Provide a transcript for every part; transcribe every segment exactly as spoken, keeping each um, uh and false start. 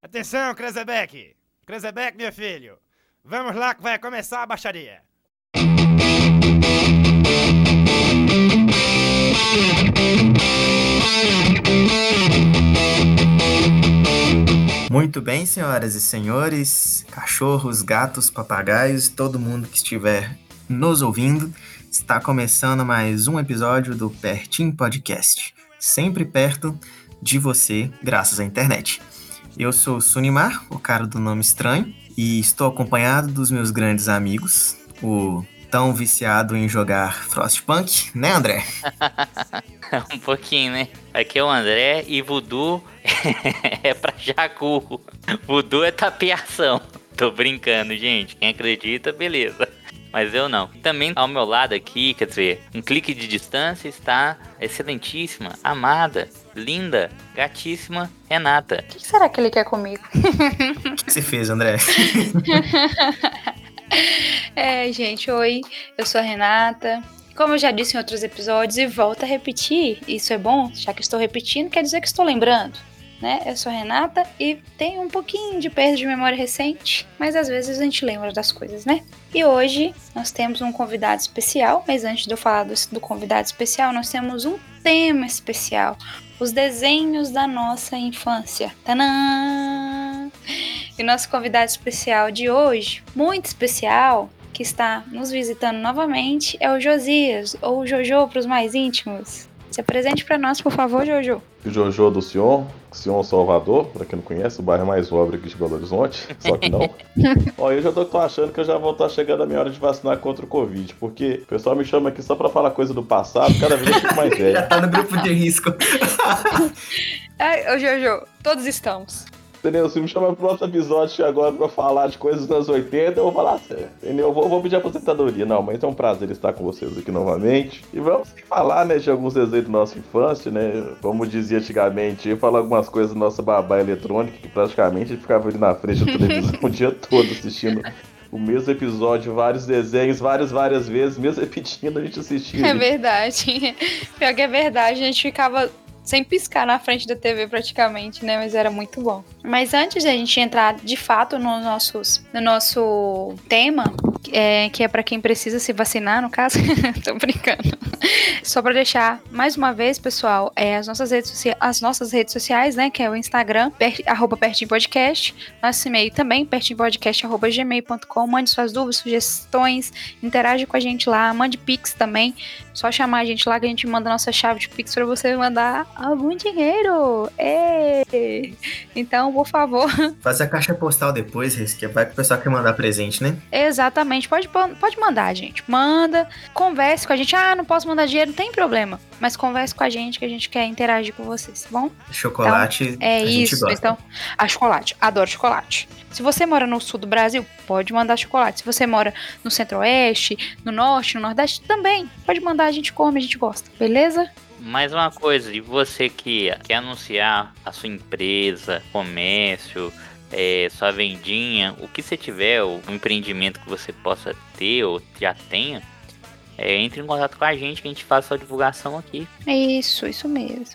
Atenção, Krezebeck! Krezebeck, meu filho! Vamos lá que vai começar a baixaria! Muito bem, senhoras e senhores, cachorros, gatos, papagaios, todo mundo que estiver nos ouvindo, está começando mais um episódio do Pertinho Podcast, sempre perto de você, graças à internet. Eu sou o Sunimar, o cara do nome estranho, e estou acompanhado dos meus grandes amigos, o tão viciado em jogar Frostpunk, né, André? Um pouquinho, né? Aqui é o André e Voodoo é pra Jacu. Voodoo é tapeação. Tô brincando, gente. Quem acredita, beleza. Mas eu não. Também ao meu lado aqui, quer dizer, um clique de distância, está a excelentíssima, amada, linda, gatíssima Renata. O que será que ele quer comigo? O que você fez, André? É, gente, oi. Eu sou a Renata. Como eu já disse em outros episódios e volto a repetir, isso é bom, já que estou repetindo, quer dizer que estou lembrando, né? Eu sou a Renata e tenho um pouquinho de perda de memória recente, mas às vezes a gente lembra das coisas, né? E hoje nós temos um convidado especial, mas antes de eu falar do, do convidado especial, nós temos um tema especial, os desenhos da nossa infância. Tadã! E nosso convidado especial de hoje, muito especial, que está nos visitando novamente, é o Josias, ou Jojo para os mais íntimos. Se apresente para nós, por favor, Jojo. O Jojo do Sion, Sion Salvador, para quem não conhece, o bairro mais nobre aqui de Belo Horizonte, só que não. Ó, eu já tô, tô achando que eu já vou estar chegando a minha hora de vacinar contra o Covid, porque o pessoal me chama aqui só para falar coisa do passado, cada vez eu fico mais velho. Já tá no grupo de risco. Ai, ô Jojo, todos estamos. Entendeu? Se me chamar pro próximo episódio agora pra falar de coisas dos anos oitenta, eu vou falar sério, entendeu? Eu vou, vou pedir aposentadoria. Não, mas é um prazer estar com vocês aqui novamente. E vamos falar, né, de alguns desenhos da nossa infância, né? Como dizia antigamente, falar algumas coisas da nossa babá eletrônica, que praticamente a gente ficava ali na frente da televisão o dia todo assistindo o mesmo episódio, vários desenhos, várias, várias vezes, mesmo repetindo, a gente assistia. É verdade. Pior que é verdade, a gente ficava sem piscar na frente da T V praticamente, né? Mas era muito bom. Mas antes de a gente entrar de fato no, nossos, no nosso tema, é, que é pra quem precisa se vacinar, no caso, tô brincando. Só pra deixar mais uma vez, pessoal, é, as, nossas redes socia- as nossas redes sociais, né? Que é o Instagram, per- arroba Pertinho Podcast, nosso e-mail também, pertinhopodcast arroba gmail ponto com. Mande suas dúvidas, sugestões, interage com a gente lá, mande pix também. Só chamar a gente lá que a gente manda a nossa chave de pix pra você mandar algum dinheiro. Ê! Então, por favor. Faz a caixa postal depois, que vai que o pessoal quer mandar presente, né? Exatamente. Pode, pode mandar, gente. Manda. Converse com a gente. Ah, não posso mandar dinheiro, não tem problema. Mas converse com a gente que a gente quer interagir com vocês, tá bom? Chocolate, então, é a gente isso, gosta. Então, a chocolate. Adoro chocolate. Se você mora no sul do Brasil, pode mandar chocolate. Se você mora no centro-oeste, no norte, no nordeste, também. Pode mandar, a gente come, a gente gosta. Beleza? Mais uma coisa, e você que quer anunciar a sua empresa, comércio, é, sua vendinha, o que você tiver, o empreendimento que você possa ter ou já tenha, é, entre em contato com a gente que a gente faz a sua divulgação aqui. Isso, isso mesmo.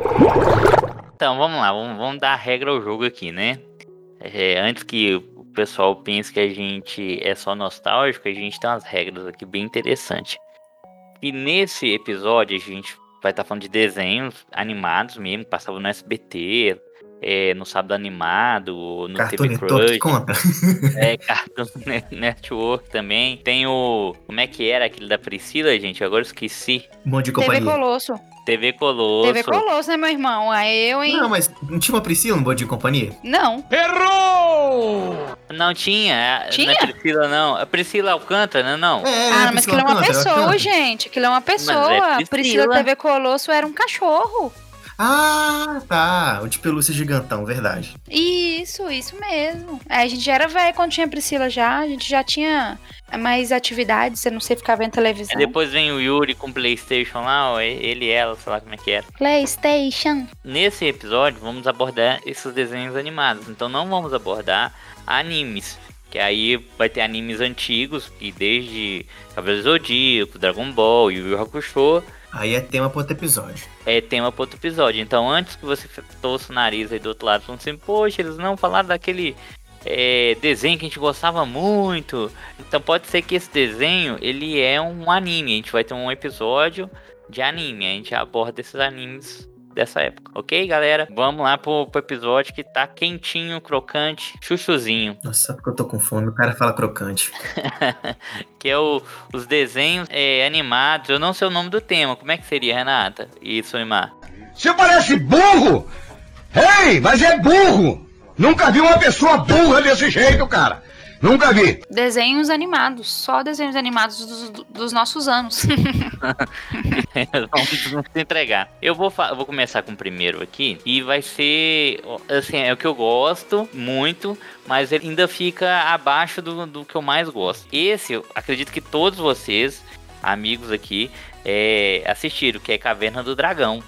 Então, vamos lá, vamos, vamos dar a regra ao jogo aqui, né? É, antes que o pessoal pense que a gente é só nostálgico, a gente tem umas regras aqui bem interessantes. E nesse episódio a gente vai estar falando de desenhos animados mesmo, que passavam no S B T, é, no Sábado Animado, no Cartoon T V Network Crush. conta. É, Cartoon Network também. Tem o... Como é que era aquele da Priscila, gente? Agora eu esqueci. Bom de T V companhia. Colosso. T V Colosso. T V Colosso, né, meu irmão? Aí eu, hein? Não, mas não tinha uma Priscila no Bom de Companhia? Não. Errou! Não tinha. Tinha? Não é Priscila, não. A Priscila Alcântara, não? É, Ah, mas aquilo é uma Alcântara, pessoa, Alcântara. gente. Aquilo é uma pessoa. Mas é Priscila. Priscila T V Colosso era um cachorro. Ah, tá. O de pelúcia gigantão, verdade. Isso, isso mesmo. É, a gente já era velho quando tinha Priscila já. A gente já tinha mais atividades. Você não sei ficar vendo televisão. Aí depois vem o Yuri com o PlayStation lá, ó, ele e ela, sei lá como é que era. PlayStation. Nesse episódio vamos abordar esses desenhos animados, então não vamos abordar animes, que aí vai ter animes antigos, que desde Cavaleiros do Zodíaco, Dragon Ball, Yu Yu Hakusho. Aí é tema para outro episódio. é tema para outro episódio. Então, antes que você torça o nariz aí do outro lado, falando assim, poxa, eles não falaram daquele é, desenho que a gente gostava muito. Então, pode ser que esse desenho, ele é um anime. A gente vai ter um episódio de anime. A gente aborda esses animes dessa época, ok, galera? Vamos lá pro, pro episódio que tá quentinho, crocante, chuchuzinho. Nossa, só porque eu tô com fome, o cara fala crocante. Que é o, os desenhos é, animados. Eu não sei o nome do tema. Como é que seria, Renata e Soimar? Você parece burro! Ei, mas é burro! Nunca vi uma pessoa burra desse jeito, cara! Nunca vi! Desenhos animados, só desenhos animados dos, dos nossos anos. Vamos se entregar. Eu vou, eu vou começar com o primeiro aqui. E vai ser, assim, é o que eu gosto muito, mas ele ainda fica abaixo do, do que eu mais gosto. Esse, eu acredito que todos vocês, amigos aqui, é, assistiram, que é Caverna do Dragão.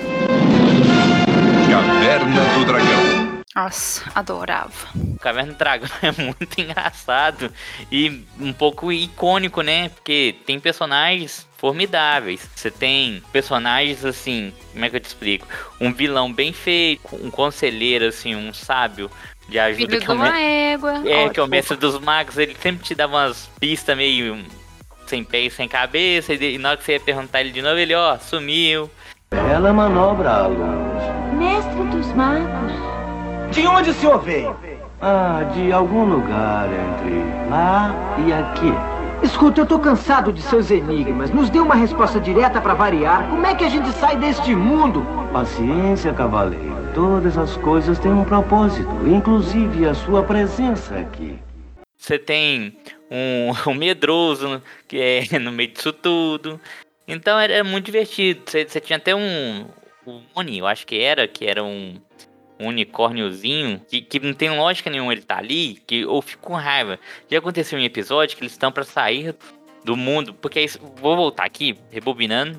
Caverna do Dragão. Nossa, adorava. Caverna do Dragão é muito engraçado e um pouco icônico, né? Porque tem personagens formidáveis. Você tem personagens assim, como é que eu te explico? Um vilão bem feito, um conselheiro assim, um sábio de ajuda. Filho que de uma é o me... égua. É, Ótimo. que é o mestre dos magos, ele sempre te dá umas pistas meio sem pé e sem cabeça, e na hora que você ia perguntar ele de novo, ele, ó, sumiu. Bela manobra, alunos. Mestre dos magos. De onde o senhor veio? Ah, de algum lugar entre lá e aqui. Escuta, eu tô cansado de seus enigmas. Nos dê uma resposta direta pra variar. Como é que a gente sai deste mundo? Paciência, cavaleiro. Todas as coisas têm um propósito, inclusive a sua presença aqui. Você tem um, um medroso que é no meio disso tudo. Então era, era muito divertido. Você, você tinha até um, um Oni, eu acho que era, que era um... um unicórniozinho, que, que não tem lógica nenhuma ele tá ali, que eu fico com raiva. Já aconteceu um episódio que eles estão pra sair do mundo, porque isso, vou voltar aqui, rebobinando.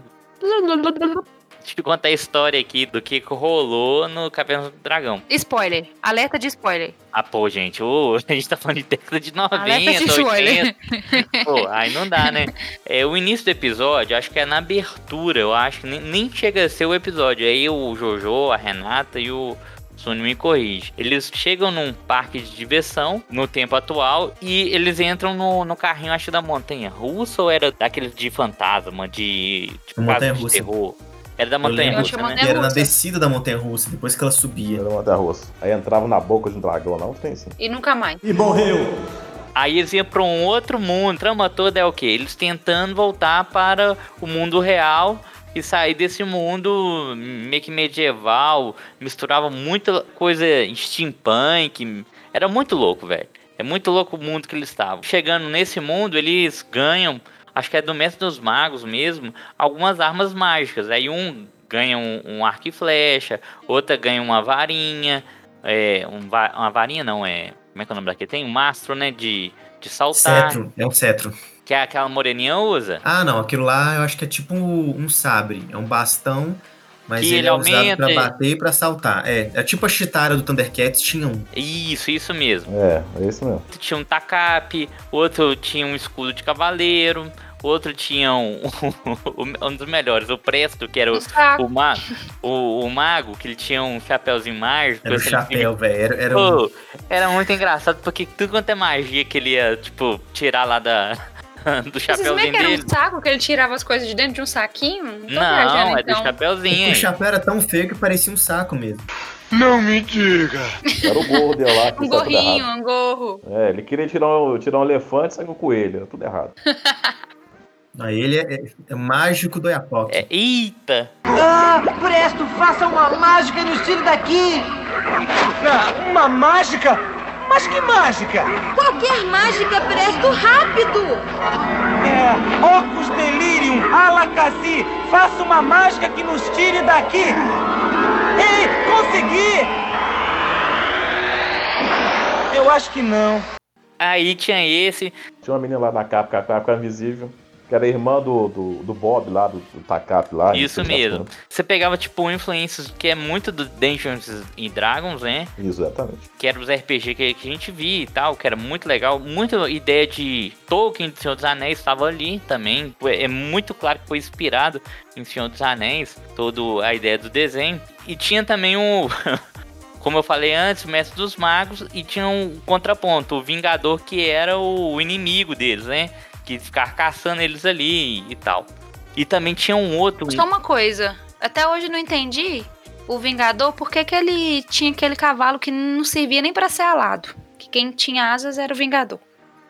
Deixa eu contar a história aqui do que rolou no Caverna do Dragão. Spoiler, alerta de spoiler. Ah, pô, gente, ô, a gente tá falando de década de Alerta noventa, de spoiler. oitenta. Pô, aí não dá, né? É, o início do episódio, acho que é na abertura, eu acho que nem, nem chega a ser o episódio. Aí o Jojo, a Renata e o Sônia me corrige. Eles chegam num parque de diversão no tempo atual e eles entram no, no carrinho, acho, da montanha russa, ou era daqueles de fantasma, de, de Montanha de russa. terror? Era da montanha Eu russa, acho né? montanha- Era na russa. descida da montanha russa, depois que ela subia. Era uma da russa. Aí entrava na boca de um dragão, não tem sim. E nunca mais. E morreu. Aí eles iam pra um outro mundo. A trama toda é o quê? Eles tentando voltar para o mundo real e sair desse mundo meio que medieval. Misturava muita coisa steampunk. Era muito louco, velho. É muito louco o mundo que eles estavam. Chegando nesse mundo, eles ganham, acho que é do Mestre dos Magos mesmo, algumas armas mágicas. Aí um ganha um, um arco e flecha, outra ganha uma varinha. É, um va- uma varinha não, é... Como é que é o nome daqui? Tem um mastro, né, de, de saltar. Cetro, é um cetro. Que é aquela moreninha usa. Ah, não, aquilo lá eu acho que é tipo um, um sabre. É um bastão, mas Que ele, ele é usado aumenta pra e- bater e pra saltar. É, é tipo a Chitara do Thundercats, tinha um. Isso, isso mesmo. É, é isso mesmo. Outro tinha um tacape, outro tinha um escudo de cavaleiro, outro tinha um, um dos melhores, o Presto, que era o, Um saco. o, ma, o, o mago, que ele tinha um chapéuzinho mágico. Era o assim, ele chapéu, velho. Era, era um... Pô, era muito engraçado, porque tudo quanto é magia que ele ia, tipo, tirar lá da, do Vocês como é chapéuzinho que era dele. um saco que ele tirava as coisas de dentro de um saquinho? Não, tô Não, viajando, é do então. chapéuzinho, O hein? chapéu era tão feio que parecia um saco mesmo. Não me diga. Era o gorro dele lá. que Um estava tudo gorrinho, errado. um gorro. É, ele queria tirar um, tirar um elefante e saiu com um coelho. Era tudo errado. Aí ele é, é- é mágico do Iapoque. É, eita! Ah, Presto, faça uma mágica e nos tire daqui! Ah, uma mágica? Mas que mágica? Qualquer mágica, Presto, rápido! É, Ocus Delirium, Alakazzi, faça uma mágica que nos tire daqui! Ei, consegui! Eu acho que não. Aí tinha esse, Tinha uma menina lá na capa, capa, capa invisível. Que era irmã do, do, do Bob lá, do, do Takap lá. Isso mesmo. Você pegava, tipo, influências que é muito do Dungeons and Dragons, né? Exatamente. Que era os R P G que, que a gente via e tal, que era muito legal. Muita ideia de Tolkien, de Senhor dos Anéis, estava ali também. É muito claro que foi inspirado em Senhor dos Anéis, toda a ideia do desenho. E tinha também o... Como eu falei antes, o Mestre dos Magos, e tinha um contraponto, o Vingador, que era o inimigo deles, né? Que ficava caçando eles ali e tal. E também tinha um outro... Só uma coisa, até hoje não entendi, o Vingador, por que que ele tinha aquele cavalo que não servia nem pra ser alado? Que quem tinha asas era o Vingador.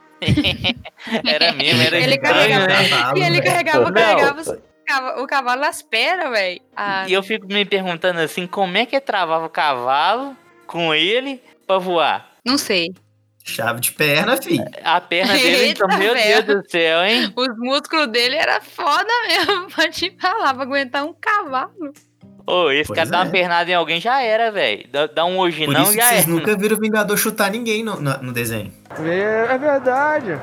Era mesmo, era ele estranho, carregava, né? E ele carregava, carregava os, o cavalo nas pernas, velho. Ah, e eu fico me perguntando assim, como é que travava o cavalo com ele pra voar? Não sei. Chave de perna, filho. A perna dele, então, Eita, meu velho. Deus do céu, hein? Os músculos dele era foda mesmo, pode ir pra lá, pra aguentar um cavalo. Ô, esse Pois cara dá uma é. pernada em alguém, já era, velho. Dá, dá um Por hoje-não, isso que já vocês era. nunca viram o Vingador chutar ninguém no, no, no desenho. É verdade.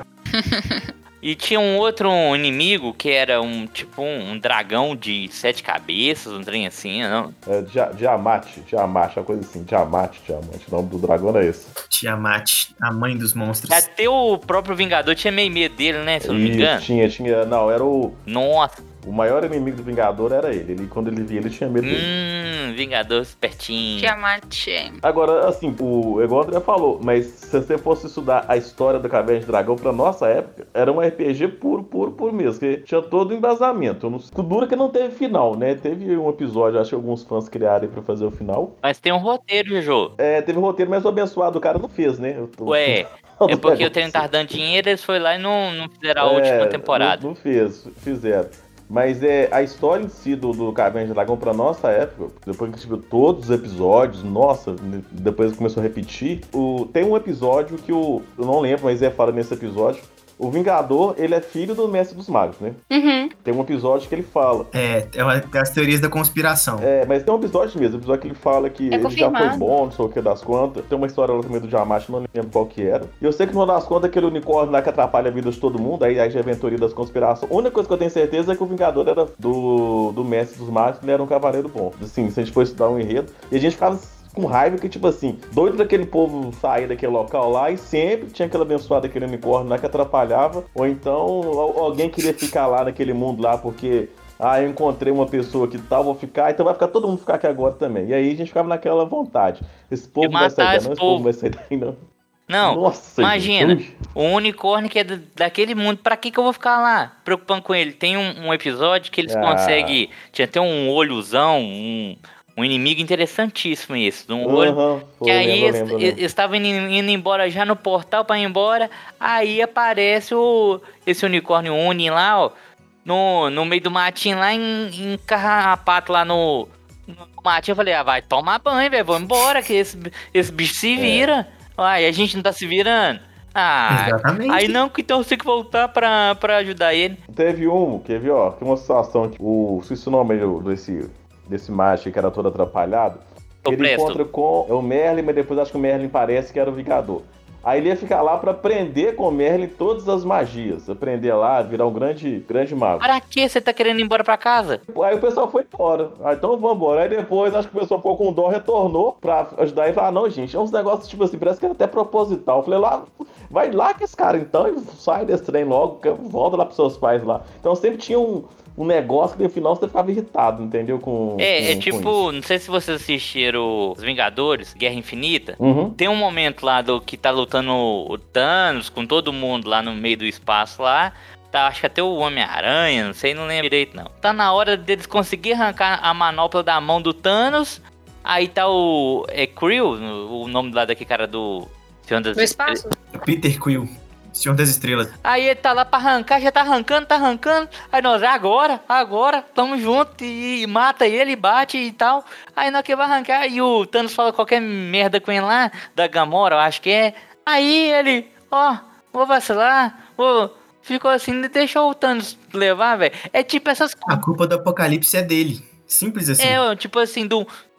E tinha um outro inimigo que era um, tipo, um, um dragão de sete cabeças, um trem assim, não? É, Dia- Diamante, Diamante, uma coisa assim, Diamante, Diamante. O nome do dragão era esse. Tiamat, a mãe dos monstros. Até o próprio Vingador tinha meio medo dele, né, se eu não me E engano. tinha, tinha. Não, era o. Nossa, O maior inimigo do Vingador era ele. Ele quando ele via, ele tinha medo dele. hum, Vingador espertinho. Tiamat. Agora, assim, o, igual o André falou, mas se você fosse estudar a história da Caverna de Dragão pra nossa época, era um R P G puro, puro, puro mesmo, que tinha todo o embasamento. Não, o duro é que não teve final, né? Teve um episódio, acho que alguns fãs criaram aí pra fazer o final. Mas tem um roteiro, Jojo. É, teve um roteiro, mas o abençoado o cara não fez, né? Eu tô- Ué, Todo é porque o negócio. trem tava dando dinheiro, eles foram lá e não, não fizeram a É, última temporada. Não, não fez, fizeram. Mas é a história em si do, do Caverna de Dragão pra nossa época, depois que a gente viu todos os episódios, nossa, depois começou a repetir. O, tem um episódio que o. Eu não lembro, mas é fala nesse episódio. O Vingador, ele é filho do Mestre dos Magos, né? Uhum. Tem um episódio que ele fala. É, é uma das teorias da conspiração. É, mas tem um episódio mesmo, um episódio que ele fala que É ele já foi confirmado. bom, não sei o que das contas. Tem uma história lá também do Diamante, não lembro qual que era. E eu sei que no final das contas, aquele unicórnio lá que atrapalha a vida de todo mundo, aí, aí já é a teoria das conspirações. A única coisa que eu tenho certeza é que o Vingador era do, do Mestre dos Magos, ele era um cavaleiro bom. Assim, se a gente for estudar um enredo. E a gente ficava com raiva que, tipo assim, doido daquele povo sair daquele local lá e sempre tinha aquele abençoado daquele unicórnio lá que atrapalhava. Ou então al- alguém queria ficar lá naquele mundo lá porque... Ah, eu encontrei uma pessoa que tal, vou ficar, então vai ficar todo mundo ficar aqui agora também. E aí a gente ficava naquela vontade. Esse povo De não vai matar sair daí, esse não, esse povo. povo não vai sair daí, não. Não, Nossa, imagina, gente. um unicórnio que é do- daquele mundo, pra que que eu vou ficar lá preocupando com ele? Tem um, um episódio que eles Ah. conseguem, tinha até um olhozão, um, um inimigo interessantíssimo esse, um olho, Aham, foi, que eu aí lembro, eu eles lembro, eu eles lembro. estavam indo, indo embora já no portal pra ir embora, aí aparece o, esse unicórnio Uni lá, ó, no, no meio do matinho lá, em, em carrapato lá no, no matinho. Eu falei, ah, vai tomar banho, velho, vamos embora, que esse, esse bicho se vira. Uai, a gente não tá se virando. Ah, Exatamente. aí não, que então eu tenho que voltar pra, pra ajudar ele. Teve um, quer ver, ó, tem uma situação que o, esqueci o nome do- desse, desse macho que era todo atrapalhado. O Ele Presto. encontra com é o Merlin, mas depois acho que o Merlin parece que era o Vingador. Aí ele ia ficar lá pra aprender com o Merlin todas as magias. Aprender lá, virar um grande, grande mago. Pra que você tá querendo ir embora pra casa? Aí o pessoal foi embora. Ah, então vamos embora. Aí depois, acho que o pessoal ficou com dó, retornou pra ajudar e falar, ah, não, gente, é uns negócios, tipo assim, parece que era até proposital. Eu falei, lá, vai lá com esse cara então e sai desse trem logo, que volta lá pros seus pais lá. Então sempre tinha um, um negócio que no final você ficava irritado, entendeu? Com, É, com- é com tipo, não sei se vocês assistiram Os Vingadores, Guerra Infinita. Uhum. Tem um momento lá do que tá lutando o Thanos com todo mundo lá no meio do espaço lá. Tá, acho que até o Homem-Aranha, não sei, não lembro direito não. Tá na hora deles conseguir arrancar a manopla da mão do Thanos. Aí tá o é Krill, o nome lá daquele cara do Senhor das No espaço? Peter Quill, Senhor das Estrelas. Aí ele tá lá pra arrancar, já tá arrancando, tá arrancando. Aí nós, agora, agora, tamo junto e, e mata ele, bate e tal. Aí nós que vai arrancar e o Thanos fala qualquer merda com ele lá, da Gamora, eu acho que é. Aí ele, ó, vou vacilar, vou... Ficou assim, deixou o Thanos levar, velho. É tipo essas A culpa do apocalipse é dele. Simples assim. É, tipo assim, do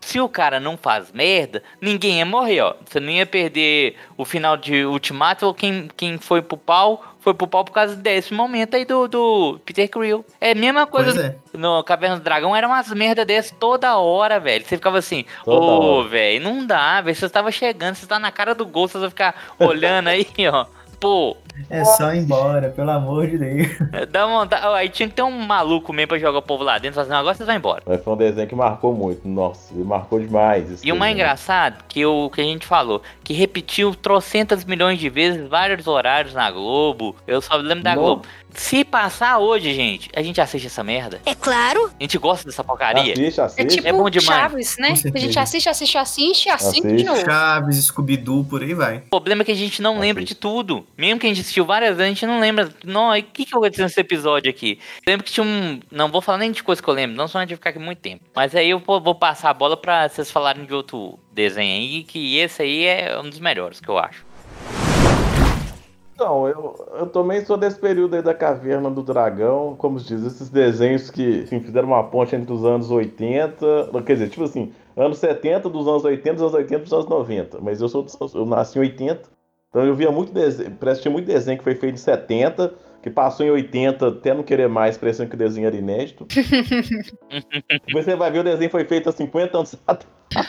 Se o cara não faz merda, ninguém ia morrer, ó. Você não ia perder o final de Ultimato, ou quem, quem foi pro pau, foi pro pau por causa desse momento aí do, do Peter Quill. É a mesma coisa é. no Caverna do Dragão, era umas merda dessas toda hora, velho. Você ficava assim, ô, oh, velho, não dá, velho. Você tava chegando, você tá na cara do gol, você vai ficar olhando aí, ó. Pô. É só ir embora, pelo amor de Deus. Dá vontade. Aí tinha que ter um maluco mesmo pra jogar o povo lá dentro, fazendo agora vocês vão embora. Mas foi um desenho que marcou muito. Nossa, ele marcou demais. E o mais engraçado, que o que a gente falou, que repetiu trocentas milhões de vezes, vários horários na Globo. Eu só lembro da Não. Globo. Se passar hoje, gente, a gente assiste essa merda. É claro. A gente gosta dessa porcaria. Assiste, assiste. É tipo é bom demais. Chaves, né? A gente assiste, assiste, assiste e assiste de novo. Chaves, Scooby-Doo, por aí vai. O problema é que a gente não assiste. lembra de tudo. Mesmo que a gente assistiu várias vezes, a gente não lembra. Não, o que, que aconteceu nesse episódio aqui? Eu lembro que tinha um... Não vou falar nem de coisa que eu lembro, não só a gente vai ficar aqui muito tempo. Mas aí eu vou passar a bola pra vocês falarem de outro desenho aí, que esse aí é um dos melhores, que eu acho. Então, eu, eu também sou desse período aí da Caverna do Dragão, como se diz, esses desenhos que assim, fizeram uma ponte entre os anos oitenta, quer dizer, tipo assim, anos setenta, dos anos oitenta, dos anos oitenta, dos anos noventa, mas eu, sou, eu nasci em oitenta, então eu via muito desenho, parece que tinha muito desenho que foi feito em setenta, que passou em oitenta, até não querer mais, parecendo que o desenho era inédito. Depois você vai ver, o desenho foi feito há cinquenta anos atrás.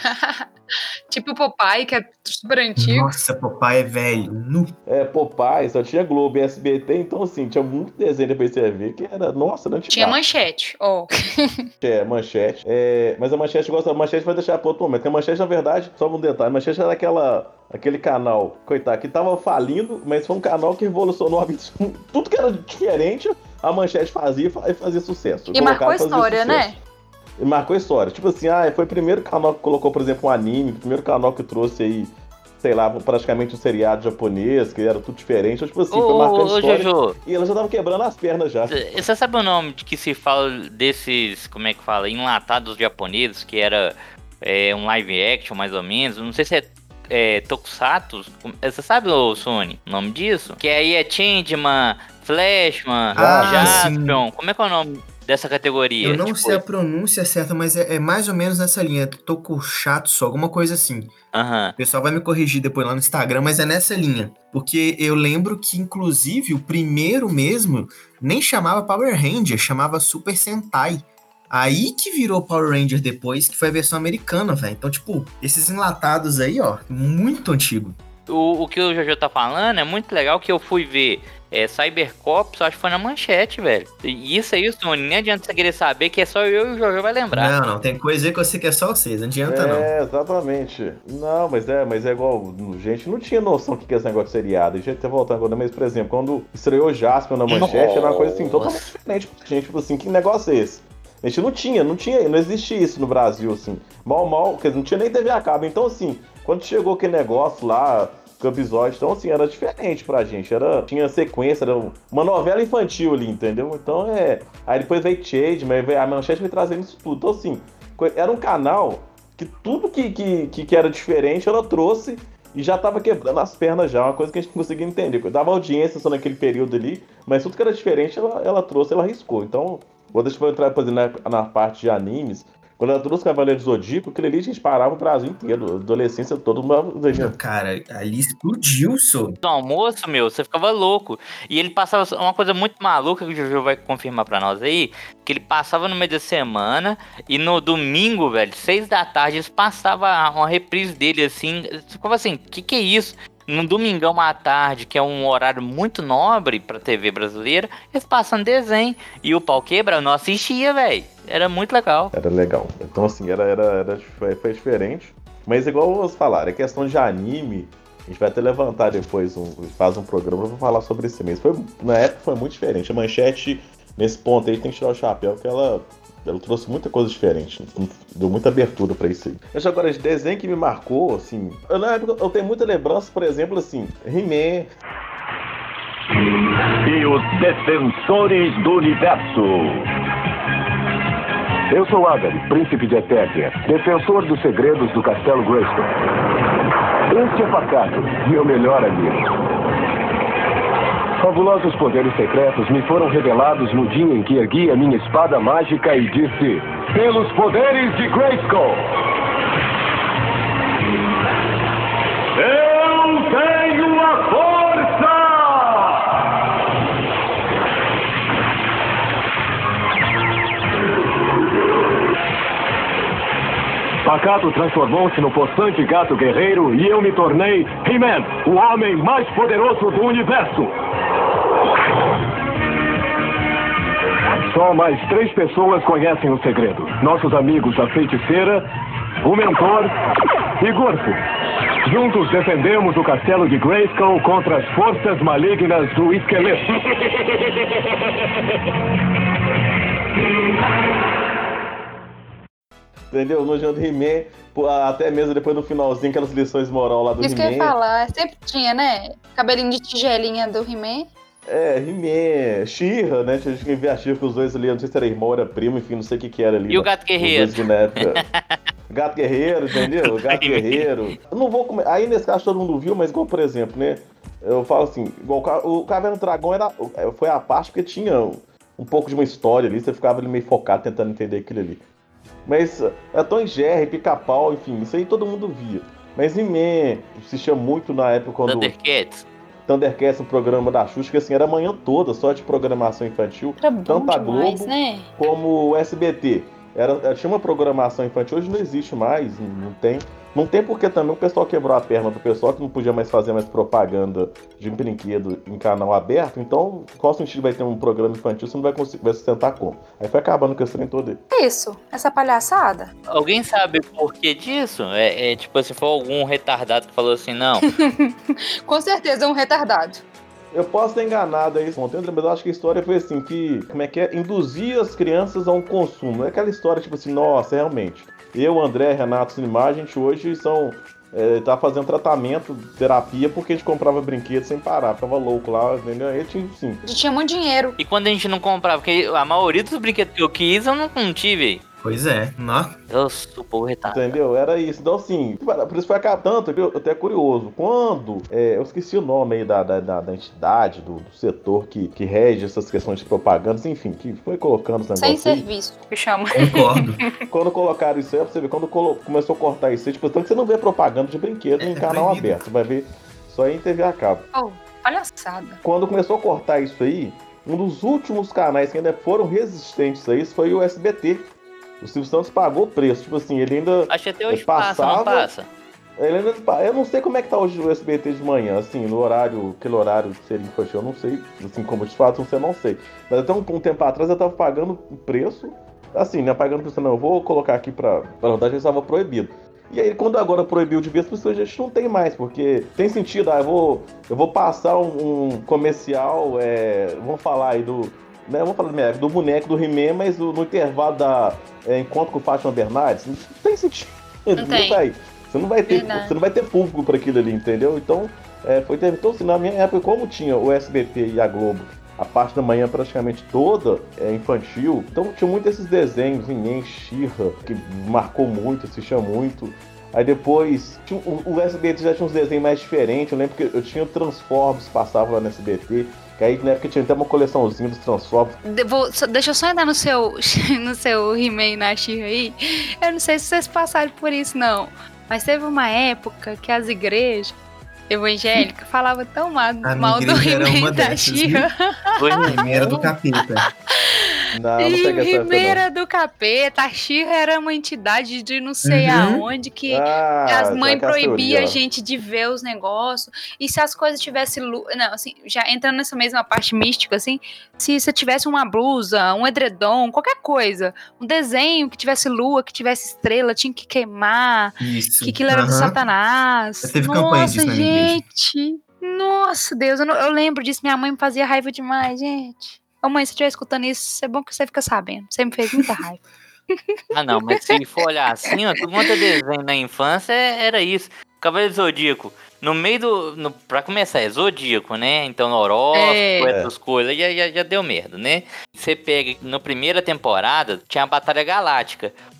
Tipo Popeye, que é super antigo. Nossa, Popeye é velho. Nu. É, Popeye, só tinha Globo e S B T, então assim, tinha muito desenho depois você ver que era, nossa, não tinha. Tinha Manchete, ó. Oh. É, Manchete. É, mas a Manchete gosta, a Manchete vai deixar para outro momento. Porque a Manchete, na verdade, só um detalhe, a Manchete era aquela, aquele canal, coitado, que tava falindo, mas foi um canal que revolucionou a vida. Tudo que era diferente, a Manchete fazia e fazia sucesso. E marcou a história, né? E marcou a história. Tipo assim, ah, foi o primeiro canal que colocou, por exemplo, um anime, o primeiro canal que trouxe aí, sei lá, praticamente um seriado japonês, que era tudo diferente. Então, tipo assim, ô, foi marcando a história. Jojo, e ela já tava quebrando as pernas já. Você sabe o nome de que se fala desses, como é que fala, enlatados japoneses, que era é, um live action, mais ou menos? Não sei se é, é Tokusatsu. Você sabe, ô Sony, o nome disso? Que aí é Changeman, Flashman, ah, Jaspion. Como é que é o nome dessa categoria? Eu não tipo... sei a pronúncia certa, mas é, é mais ou menos nessa linha. Tokusatsu, alguma coisa assim. Uhum. O pessoal vai me corrigir depois lá no Instagram, mas é nessa linha. Porque eu lembro que, inclusive, o primeiro mesmo nem chamava Power Ranger, chamava Super Sentai. Aí que virou Power Ranger depois, que foi a versão americana, velho. Então, tipo, esses enlatados aí, ó, muito antigo. O, o que o Jojo tá falando é muito legal, que eu fui ver é, Cybercops, acho que foi na Manchete, velho. E isso aí, Sony, nem adianta você querer saber, que é só eu e o Jojo vai lembrar. Não, não, tem coisa aí que eu sei que é só vocês, não adianta é, não. É, exatamente. Não, mas é, mas é igual, gente não tinha noção do que é esse negócio de seriado. A gente tá voltando agora, mas, por exemplo, quando estreou Jaspion na Manchete, Nossa. Era uma coisa assim, totalmente diferente pra gente, tipo assim, que negócio é esse? A gente não tinha, não tinha, não existia isso no Brasil, assim. Mal, mal, quer dizer, não tinha nem T V a cabo. Então, assim, quando chegou aquele negócio lá, com o episódio, então, assim, era diferente pra gente. Era, tinha sequência, era uma novela infantil ali, entendeu? Então, é... Aí depois veio Change, mas veio, a Manchete veio trazendo isso tudo. Então, assim, era um canal que tudo que, que, que era diferente, ela trouxe e já tava quebrando as pernas já. Uma coisa que a gente não conseguia entender. Dava audiência só naquele período ali, mas tudo que era diferente, ela, ela trouxe, ela arriscou. Então... Vou deixar eu entrar na, na parte de animes. Quando ela trouxe Cavaleiros do Zodíaco, aquele ali a gente parava o Brasil inteiro, a adolescência todo mundo. Não, cara, ali explodiu, só. No almoço, meu, você ficava louco. E ele passava uma coisa muito maluca, que o Jojo vai confirmar pra nós aí, que ele passava no meio da semana e no domingo, velho, seis da tarde, eles passavam uma reprise dele assim. Você ficava assim, que que é isso? No domingão à tarde, que é um horário muito nobre pra T V brasileira, eles passam desenho. E o pau quebra, eu não assistia, velho. Era muito legal. Era legal. Então, assim, era, era, era, foi diferente. Mas, igual vocês falaram, é questão de anime. A gente vai até levantar depois, um, faz um programa pra falar sobre isso mesmo. Foi, na época foi muito diferente. A Manchete, nesse ponto aí, tem que tirar o chapéu, que ela... Ela trouxe muita coisa diferente, deu muita abertura pra isso aí. Mas agora, de desenho que me marcou, assim... Eu, na época, eu tenho muita lembrança, por exemplo, assim, He-Man. E os Defensores do Universo. Eu sou Agari, príncipe de Eternia, defensor dos segredos do Castelo Grayskull. Este é Pacato, meu melhor amigo. Fabulosos poderes secretos me foram revelados no dia em que ergui a minha espada mágica e disse: pelos poderes de Grayskull! Eu tenho a força! Pacato transformou-se no possante gato guerreiro e eu me tornei He-Man, o homem mais poderoso do universo. Só mais três pessoas conhecem o segredo. Nossos amigos a feiticeira, o mentor e Gorfo. Juntos defendemos o castelo de Grayskull contra as forças malignas do esqueleto. Entendeu? No Jogo do He-Man, até mesmo depois no finalzinho, aquelas lições moral lá do He-Man. Isso que eu ia falar, sempre tinha, né? Cabelinho de tigelinha do He-Man. É, He-Man, She-Ra, né? Tinha que ver a She-Ra com os dois ali, não sei se era irmão ou era primo, enfim, não sei o que que era ali. E o Gato Guerreiro? Gato Guerreiro, entendeu? Gato Guerreiro. Eu não vou comer. Aí nesse caso todo mundo viu, mas igual, por exemplo, né? Eu falo assim, igual o Caverna do Dragão era, foi a parte porque tinha um pouco de uma história ali, você ficava ali meio focado tentando entender aquilo ali. Mas é Tom e Jerry, Pica-Pau, enfim, isso aí todo mundo via. Mas He-Man assistia muito na época quando... Thundercats? Thundercats, um programa da Xuxa, que assim, era a manhã toda, só de programação infantil. Era bom tanto a demais, Globo né? como o S B T. Era, tinha uma programação infantil, hoje não existe mais, não tem. Não tem porque também o pessoal quebrou a perna do pessoal que não podia mais fazer mais propaganda de brinquedo em canal aberto. Então, qual sentido vai ter um programa infantil se não vai conseguir vai sustentar como? Aí foi acabando com esse trem todo aí. Que isso? Essa palhaçada? Alguém sabe por que disso? É, é tipo, se for algum retardado que falou assim, não. Com certeza, um retardado. Eu posso estar enganado aí, mas eu acho que a história foi assim, que, como é que é? Induzir as crianças a um consumo. Não é aquela história tipo assim, nossa, realmente. Eu, André, Renato, Cinema, a gente hoje são, é, tá fazendo tratamento, terapia, porque a gente comprava brinquedos sem parar, ficava louco lá, entendeu? Aí tinha, sim. A gente tinha muito dinheiro. E quando a gente não comprava, porque a maioria dos brinquedos que eu quis, eu não, não tive. Pois é, não. Eu sou povo retardado. Entendeu? Era isso. Então, assim, por isso foi acabar tanto, eu até curioso. Quando, é, eu esqueci o nome aí da, da, da, da entidade, do, do setor que, que rege essas questões de propagandas, enfim, que foi colocando os negócios. Sem aí. serviço, que chama. Concordo. Quando colocaram isso aí, pra você ver, quando colo- começou a cortar isso aí, tipo, tanto que você não vê propaganda de brinquedo É, em é canal proibido. aberto, você vai ver só em T V a cabo. Oh, palhaçada. Quando começou a cortar isso aí, um dos últimos canais que ainda foram resistentes a isso foi o S B T. O Silvio Santos pagou o preço, tipo assim, ele ainda Acho que até ele hoje passa, não passa? Ele ainda, eu não sei como é que tá hoje o S B T de manhã, assim, no horário, aquele horário que seria infantil, eu não sei, assim, como de fato, você não sei. Mas até um, um tempo atrás eu tava pagando o preço, assim, né, pagando o preço, não, eu vou colocar aqui pra, pra verdade, ele estava proibido. E aí, quando agora proibiu de vez, por isso a gente não tem mais, porque tem sentido, ah, eu vou, eu vou passar um, um comercial, é, vamos falar aí do... Né, vamos falar do, minha, do boneco do He-Man, mas no, no intervalo da é, Encontro com o Fátima Bernardes, não tem sentido. Não não tem. vai, você, não vai ter, Verdade. você não vai ter público para aquilo ali, entendeu? Então, é, foi ter, então assim, na minha época, como tinha o S B T e a Globo, a parte da manhã praticamente toda é, infantil, então tinha muito esses desenhos, He-Man, She-Ra, que marcou muito, assistia muito. Aí depois, tinha, o, o S B T já tinha uns desenhos mais diferentes, eu lembro que eu tinha o Transformers, passava lá no S B T, que aí na época tinha até uma coleçãozinha dos Transformers. De- vou- só- deixa eu só entrar no seu, no seu He-Man e na She-Ra aí. Eu não sei se vocês passaram por isso, não. Mas teve uma época que as igrejas evangélicas falavam tão mal, minha mal do igreja era He-Man uma e da dessas, She-Ra. Primeira do capeta. Não, não E pega o essa época, He-Man não. era do capeta, a She-Ra era uma entidade de não sei Uhum. aonde, que Ah, as mães aquela proibiam teoria, a ó. gente de ver os negócios. E se as coisas tivessem luz. Não, assim, já entrando nessa mesma parte mística, assim, se você tivesse uma blusa, um edredom, qualquer coisa, um desenho que tivesse lua, que tivesse estrela, tinha que queimar, Isso. que aquilo era do Aham. Satanás. Já teve campanha Nossa, disso na minha igreja. gente. Nossa, Deus, eu, não- eu lembro disso. Minha mãe me fazia raiva demais, gente. Ô, mãe, se você estiver escutando isso, é bom que você fica sabendo. Você me fez muita raiva. Ah, não, mas se for olhar assim, ó, tudo quanto é desenho na infância é- era isso. Cavaleiro do Zodíaco, no meio do. No, pra começar, é Zodíaco, né? Então, horóscopo, É. essas coisas, já, já, já deu merda, né? Você pega, na primeira temporada, tinha a Batalha Galáctica.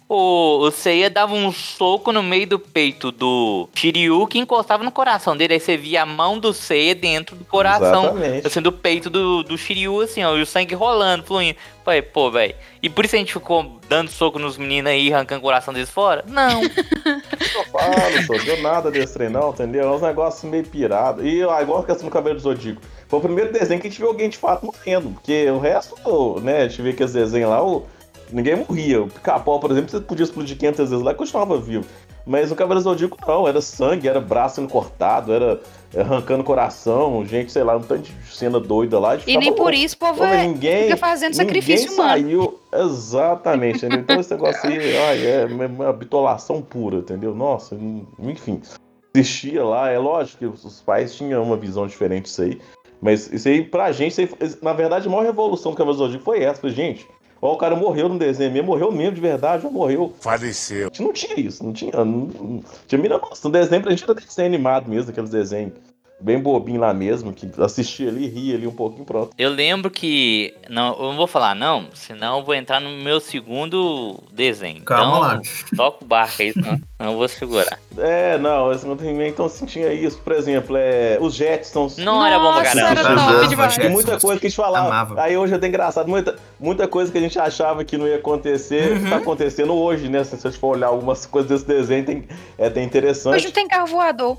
o, o Seiya dava um soco no meio do peito do Shiryu que encostava no coração dele. Aí você via a mão do Seiya dentro do coração, Exatamente. assim, do peito do, do Shiryu, assim, ó, e o sangue rolando, fluindo. Falei, pô, velho. E por isso a gente ficou dando soco nos meninos aí, arrancando o coração deles fora? Não. Eu falo, só deu nada desse trem, não, entendeu? É uns negócios meio pirados. E ó, igual a questão do Cavaleiro do Zodíaco. Foi o primeiro desenho que a gente viu alguém de fato morrendo. Porque o resto, né, a gente vê aqueles desenhos lá, o... ninguém morria. O Pica-Pau, por exemplo, você podia explodir quinhentas vezes lá e continuava vivo. Mas no Cavaleiro do Zodíaco não, era sangue, era braço sendo cortado, era arrancando coração, gente, sei lá, um tanto de cena doida lá. E nem por isso o povo é, ninguém, fica fazendo sacrifício ninguém humano. Saiu, exatamente, entendeu? Então esse negócio aí ai, é uma bitolação pura, entendeu? Nossa, enfim. Existia lá, é lógico que os pais tinham uma visão diferente disso aí, mas isso aí, pra gente, isso aí, na verdade, a maior revolução do Cavaleiro do Zodíaco foi essa, gente. Ó, o cara morreu no desenho mesmo, morreu mesmo de verdade, já morreu. Faleceu. A gente não tinha isso, não tinha. Não, não, tinha mina, nossa, no desenho pra gente era desenho animado mesmo, aqueles desenhos bem bobinho lá mesmo, que assistia ali, ria ali um pouquinho, pronto. Eu lembro que. Não, eu não vou falar não, senão eu vou entrar no meu segundo desenho. Calma então, lá. toca o barco aí, senão não eu vou segurar. É, não, esse não tem então assim, tinha isso, por exemplo, é, os Jetsons. Não era bom pra caramba. Era top demais. E muita coisa que a gente falava. Amava. Aí hoje é até engraçado, muita, muita coisa que a gente achava que não ia acontecer, Uhum. tá acontecendo hoje, né? Se a gente for olhar algumas coisas desse desenho, tem, é até interessante. Hoje não tem carro voador.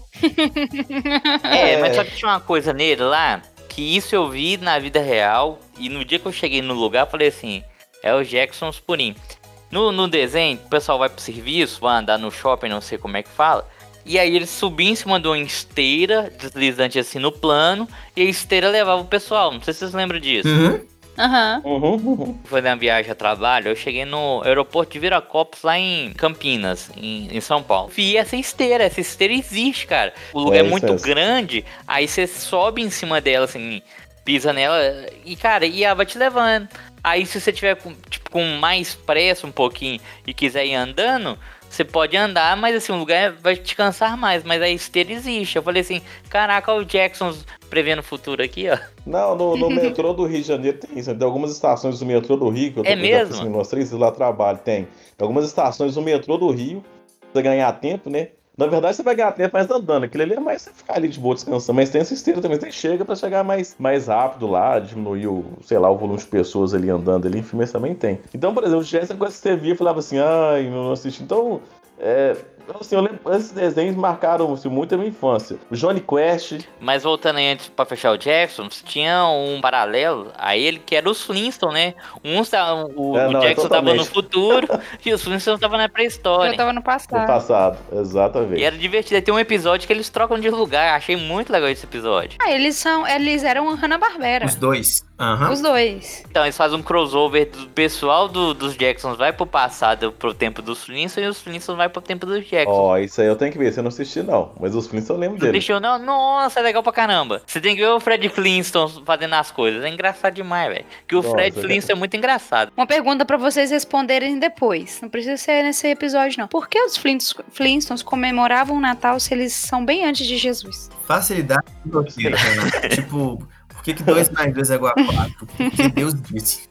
É, mas só que tinha uma coisa nele lá, que isso eu vi na vida real, e no dia que eu cheguei no lugar, eu falei assim, é o Jackson's purinho. No, no desenho, o pessoal vai pro serviço, vai andar no shopping, não sei como é que fala, e aí eles subiam em cima de uma esteira, deslizante assim no plano, e a esteira levava o pessoal, não sei se vocês lembram disso. Uhum. Aham. Uhum, uhum. Fazer uma viagem a trabalho, eu cheguei no aeroporto de Viracopos, lá em Campinas, em, em São Paulo. Vi essa esteira, essa esteira existe, cara. O lugar É, é, isso muito mesmo. grande, aí você sobe em cima dela, assim, pisa nela, e, cara, e ela vai te levando. Aí se você tiver com, tipo, com mais pressa um pouquinho e quiser ir andando, você pode andar, mas assim, o lugar vai te cansar mais, mas a esteira existe. Eu falei assim, caraca, o Jackson prevendo o futuro aqui, ó. Não, no, no metrô do Rio de Janeiro tem isso. Tem algumas estações do metrô do Rio, que eu, É eu mesmo? já fiz umas três vezes lá trabalho, tem. Tem algumas estações do metrô do Rio, pra você ganhar tempo, né? Na verdade, você vai ganhar tempo mais andando. Aquilo ali é mais você ficar ali de boa descansando. Mas tem essa esteira também. Você chega pra chegar mais, mais rápido lá, diminuir o, sei lá, o volume de pessoas ali andando ali. Enfim, mas também tem. Então, por exemplo, se essa coisa que você via, eu falava assim, ai, não assisti. Então, é... Assim, eu lembro, esses desenhos marcaram assim, muito a minha infância. O Johnny Quest. Mas voltando aí antes pra fechar o Jackson, tinha um paralelo a ele que era os Flintstones, né? Um, o, É, o não, é Jackson tava no totalmente. futuro e os Flintstones tava na Eu pré-história. tava no No passado. passado, exatamente. E era divertido. Aí tem um episódio que eles trocam de lugar. Achei muito legal esse episódio. Ah, eles são. Eles eram Hanna-Barbera. Os dois. Aham. Os dois. Então eles fazem um crossover do pessoal do, dos Jacksons vai pro passado, pro tempo dos Flintstones, e os Flintstones vai pro tempo dos Jacksons. Ó, isso aí eu tenho que ver, você não assisti não. Mas os Flintstones eu lembro Não dele. deixou, não? Nossa, é legal pra caramba. Você tem que ver o Fred Flintstone fazendo as coisas. É engraçado demais, velho. Que o Nossa, Fred é- Flintstone é muito engraçado. Uma pergunta pra vocês responderem depois. Não precisa ser nesse episódio, não. Por que os Flint- Flintstones comemoravam o Natal se eles são bem antes de Jesus? Facilidade de roteiro, Renato. Tipo, por que, que dois mais dois é igual a quatro? Porque Deus disse.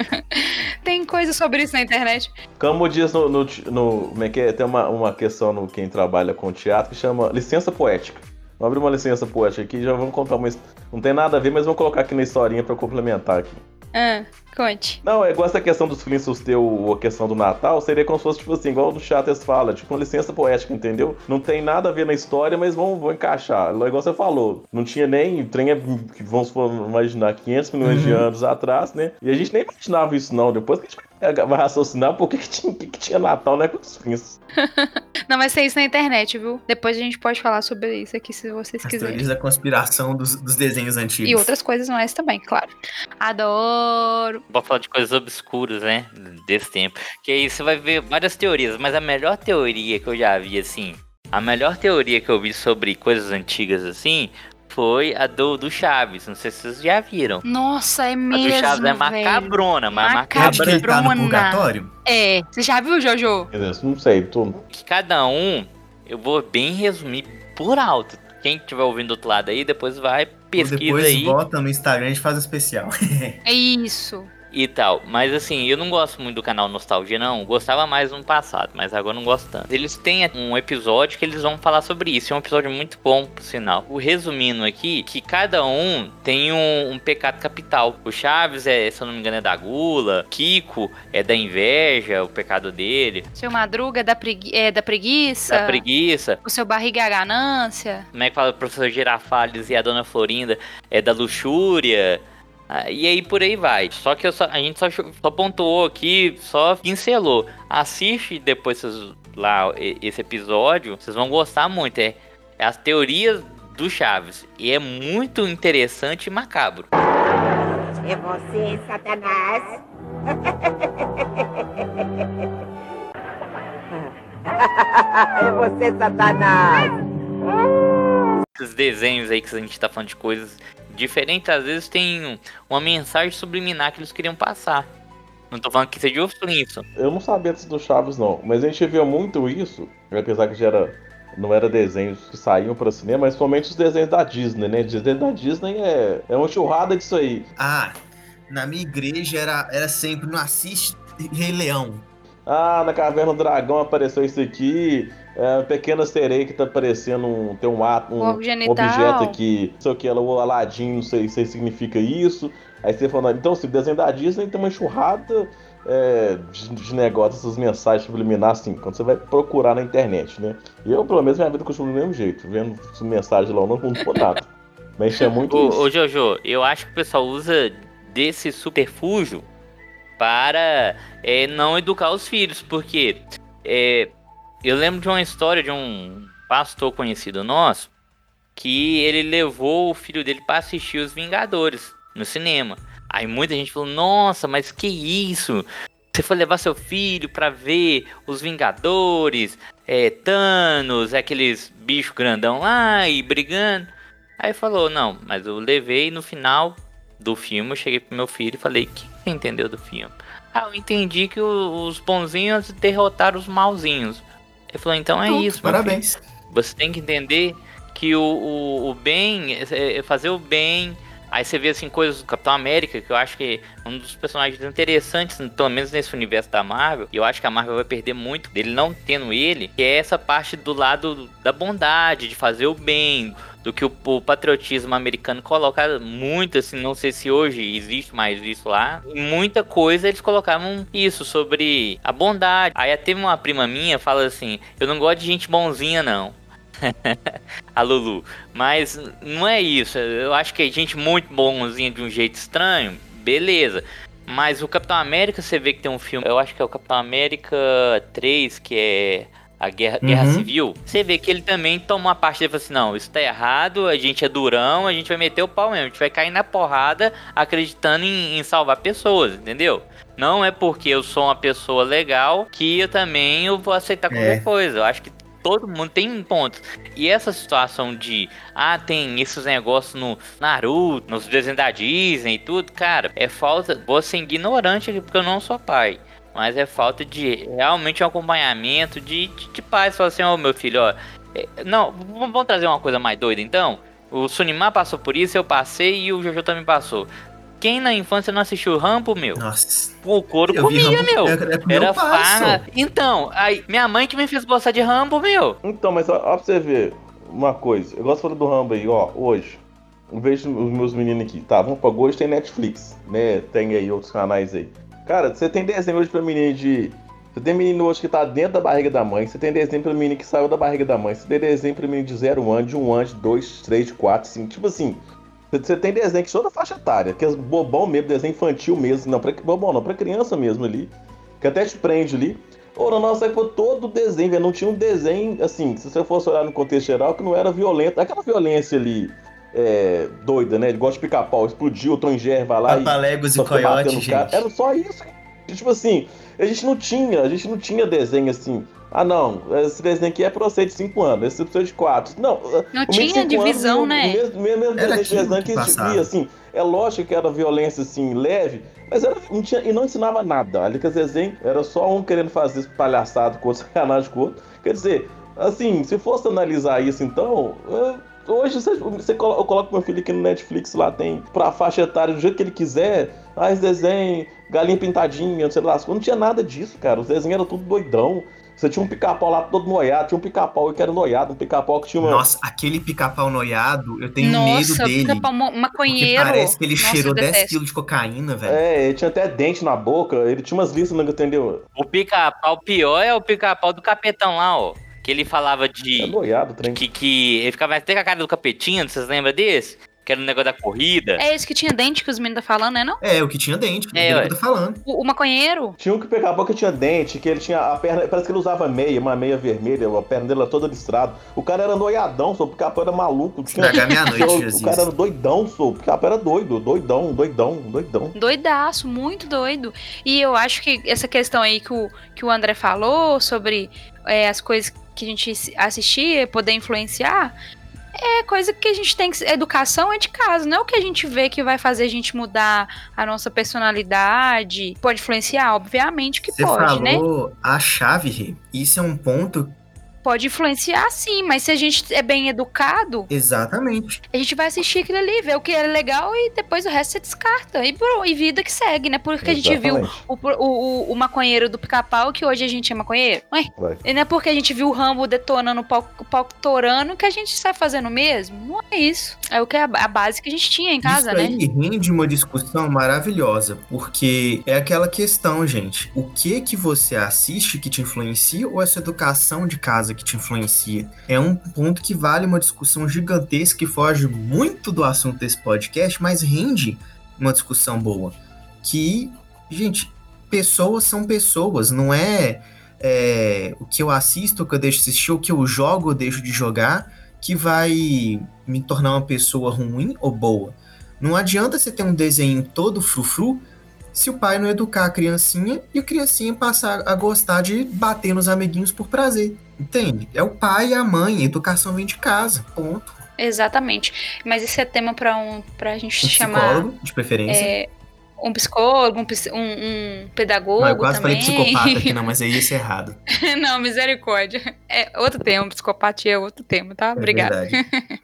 Tem coisa sobre isso na internet. Como diz no, no, no- como é que é? Tem uma, uma questão no quem trabalha com teatro que chama licença poética. Vamos abrir uma licença poética aqui e já vamos contar uma his- não tem nada a ver, mas vamos colocar aqui na historinha pra complementar aqui. Ah, conte. Não, é igual essa questão dos Flintstones ter o, a questão do Natal, seria como se fosse, tipo assim, igual no Chaves fala, tipo uma licença poética, entendeu? Não tem nada a ver na história, mas vão, vão encaixar. Igual você falou, não tinha nem, trem, é, vamos imaginar, quinhentos milhões de Uhum. anos atrás, né? E a gente nem imaginava isso não, depois que a gente vai raciocinar, por que, que, tinha, que, que tinha Natal, né, com os Flintstones? Não vai ser isso na internet, viu? Depois a gente pode falar sobre isso aqui, se vocês As quiserem. teorias da conspiração dos, dos desenhos antigos. E outras coisas mais também, claro. Adoro. Pra falar de coisas obscuras, né? Desse tempo. Que aí você vai ver várias teorias, mas a melhor teoria que eu já vi, assim. A melhor teoria que eu vi sobre coisas antigas, assim, foi a do, do Chaves. Não sei se vocês já viram. Nossa, é A mesmo, do Chaves é velho. macabrona, mas É de que ele tá no Cabrona. purgatório? É, você já viu, Jojo? Não sei, tô... que cada um, eu vou bem resumir por alto. Quem estiver ouvindo do outro lado aí, depois vai, pesquisa Depois aí. volta no Instagram e faz o especial. É isso. e tal. Mas assim, eu não gosto muito do canal Nostalgia, não. Gostava mais no passado, mas agora não gosto tanto. Eles têm um episódio que eles vão falar sobre isso. É um episódio muito bom, por sinal. O resumindo aqui, que cada um tem um, um pecado capital. O Chaves, é, se eu não me engano, é da gula. Kiko é da inveja, o pecado dele. Seu Madruga é da, pregui- é da preguiça. Da preguiça. O seu Barriga é a ganância. Como é que fala o professor Girafales e a dona Florinda é da luxúria. Ah, e aí por aí vai. Só que eu só, a gente só, só pontuou aqui, só pincelou. Assiste depois vocês, lá esse episódio, vocês vão gostar muito. É, é as teorias do Chaves. E é muito interessante e macabro. É você, Satanás? É você, Satanás? Esses desenhos aí que a gente tá falando de coisas diferentes, às vezes tem uma mensagem subliminar que eles queriam passar. Não tô falando que seja o Flintstone. Eu não sabia disso do Chaves, não. Mas a gente via muito isso, apesar que já era, não era desenhos que saíam para cinema, mas somente os desenhos da Disney, né? Desenho da Disney é, é uma churrada disso aí. Ah, na minha igreja era, era sempre, não assiste Rei Leão. Ah, na Caverna do Dragão apareceu isso aqui. É, pequena sereia que tá parecendo um, tem um, ato, um, um objeto aqui, não sei o que, ela, o Aladdin, não sei se significa isso. Aí você falando, então, se o desenho da Disney tem uma enxurrada é, de, de negócios, essas mensagens subliminares, assim, quando você vai procurar na internet, né? E eu, pelo menos, minha vida continua do mesmo jeito, vendo mensagem lá, eu não conto nada. Mas é muito ô, isso. Ô, Jojo, eu acho que o pessoal usa desse subterfúgio para é, não educar os filhos, porque é, eu lembro de uma história de um pastor conhecido nosso que ele levou o filho dele para assistir Os Vingadores no cinema. Aí muita gente falou, nossa, mas que isso? Você foi levar seu filho para ver Os Vingadores, é, Thanos, aqueles bichos grandão lá e brigando. Aí falou, não, mas eu levei no final do filme, eu cheguei pro meu filho e falei, o que você entendeu do filme? Ah, eu entendi que o, os bonzinhos derrotaram os malzinhos. Ele falou, então é Pronto, isso, parabéns. Filho. Você tem que entender que o, o, o bem, é fazer o bem. Aí você vê assim coisas do Capitão América, que eu acho que é um dos personagens interessantes, pelo menos nesse universo da Marvel, e eu acho que a Marvel vai perder muito dele não tendo ele, que é essa parte do lado da bondade, de fazer o bem, do que o, o patriotismo americano coloca muito, assim, não sei se hoje existe mais isso lá, em muita coisa eles colocavam isso, sobre a bondade. Aí até uma prima minha fala assim, eu não gosto de gente bonzinha não. A Lulu, mas não é isso. Eu acho que é gente muito bonzinha de um jeito estranho, beleza. Mas o Capitão América, você vê que tem um filme, eu acho que é o Capitão América três, que é a Guerra, uhum. Guerra Civil. Você vê que ele também toma uma parte dele e fala assim, não, isso tá errado, a gente é durão, a gente vai meter o pau mesmo, a gente vai cair na porrada acreditando em, em salvar pessoas, entendeu? Não é porque eu sou uma pessoa legal que eu também eu vou aceitar qualquer é. coisa. Eu acho que todo mundo tem pontos. E essa situação de, ah, tem esses negócios no Naruto, nos desenhos da Disney e tudo, cara, é falta, vou ser ignorante aqui porque eu não sou pai, mas é falta de realmente um acompanhamento de, de, de pais. Falar assim, ó, oh, meu filho, ó, é, não, vamos trazer uma coisa mais doida então? O Sunimar passou por isso, eu passei e o Jojo também passou. Quem na infância não assistiu Rambo, meu? Nossa. O couro eu comia, Rambo, meu. Era, era, era farra. Então, aí, minha mãe que me fez gostar de Rambo, meu. Então, mas ó, ó pra você ver uma coisa. Eu gosto de falar do Rambo aí, ó, hoje. Eu vejo os meus meninos aqui. Tá, vamos pra hoje tem Netflix, né? Tem aí outros canais aí. Cara, você tem desenho hoje pra menino de... Você tem menino hoje que tá dentro da barriga da mãe. Você tem desenho pra menino que saiu da barriga da mãe. Você tem desenho pra menino de zero anos, de um ano, de dois, três, de quatro, cinco. Tipo assim... Você tem desenho que só da faixa etária, que é bobão mesmo, desenho infantil mesmo, não, pra, bobão não, pra criança mesmo ali, que até te prende ali. Ou na nossa época todo desenho, velho, não tinha um desenho, assim, se você fosse olhar no contexto geral, que não era violento, aquela violência ali, é, doida, né, igual de pica-pau, explodiu, o Tom e Jerry vai lá Papaléguas e, e Coiote, gente. Cara. Era só isso, tipo assim, a gente não tinha, a gente não tinha desenho assim. Ah, não, esse desenho aqui é pra você de cinco anos, esse é de quatro. Não, não tinha divisão, anos, né? Mesmo, mesmo era desenho que, que, que via, assim, é lógico que era violência, assim, leve, mas era, não tinha, e não ensinava nada. Ali que esse desenho era só um querendo fazer palhaçado com outro, sacanagem com outro. Quer dizer, assim, se fosse analisar isso, então, Hoje você, você coloca, eu coloco meu filho aqui no Netflix, lá tem pra faixa etária do jeito que ele quiser. Ah, esse desenho, galinha pintadinha, não sei lá. Não tinha nada disso, cara. Os desenhos eram tudo doidão. Você tinha um pica-pau lá todo noiado, tinha um pica-pau que era noiado, um pica-pau que tinha uma... Nossa, aquele pica-pau noiado, eu tenho Nossa, medo dele. pica-pau maconheiro. Porque parece que ele Nossa, cheirou eu detesto. dez quilos de cocaína, velho. É, ele tinha até dente na boca, ele tinha umas listas, não entendeu? O pica-pau pior é o pica-pau do capetão lá, ó. Que ele falava de... É noiado o trem. Que, que ele ficava até com a cara do capetinho, vocês lembram desse? Que era o negócio da corrida. É esse que tinha dente que os meninos estão falando, né não? É, o que tinha dente, É, é, ué. que eu tô falando. O, o maconheiro? Tinha um que pegava que tinha dente, que ele tinha a perna, parece que ele usava meia, uma meia vermelha, a perna dele era toda listrada. O cara era noiadão, só, o pica-pau era maluco. Tinha... Estragar minha noite, o, Jesus. o cara era doidão, só, o pica-pau era doido, doidão, doidão, doidão. Doidaço, muito doido. E eu acho que essa questão aí que o, que o André falou sobre é, as coisas que a gente assistia, poder influenciar, é coisa que a gente tem que... Educação é de casa, não é o que a gente vê que vai fazer a gente mudar a nossa personalidade. Pode influenciar? Obviamente que Você pode, né? falou a chave, Rê. Isso é um ponto... Pode influenciar sim, mas se a gente é bem educado, Exatamente. a gente vai assistir aquilo ali, ver o que é legal e depois o resto você descarta. E, bro, e vida que segue, né? Porque a gente viu Exatamente. o, o, o, o maconheiro do pica-pau, que hoje a gente é maconheiro. Ué? Vai. E não é porque a gente viu o Rambo detonando o pau, o pau torando que a gente está fazendo o mesmo. Não é isso. É o que é a, a base que a gente tinha em casa, Isso né? aí rende uma discussão maravilhosa, porque é aquela questão, gente. O que que você assiste que te influencia ou essa educação de casa que te influencia? É um ponto que vale uma discussão gigantesca que foge muito do assunto desse podcast, mas rende uma discussão boa. Que, gente, pessoas são pessoas, não é, é o que eu assisto, o que eu deixo de assistir, o que eu jogo, ou deixo de jogar, que vai me tornar uma pessoa ruim ou boa. Não adianta você ter um desenho todo frufru se o pai não educar a criancinha e a criancinha passar a gostar de bater nos amiguinhos por prazer. Entende? É o pai e a mãe, a educação vem de casa, ponto. Exatamente. Mas esse é tema pra, um, pra gente Um chamar... psicólogo, de preferência. É, um psicólogo, um, ps- um, um pedagogo Não, eu quase também. falei psicopata aqui, não, mas aí ia ser errado. Não, misericórdia. É outro tema, psicopatia é outro tema, tá? É Obrigada. verdade.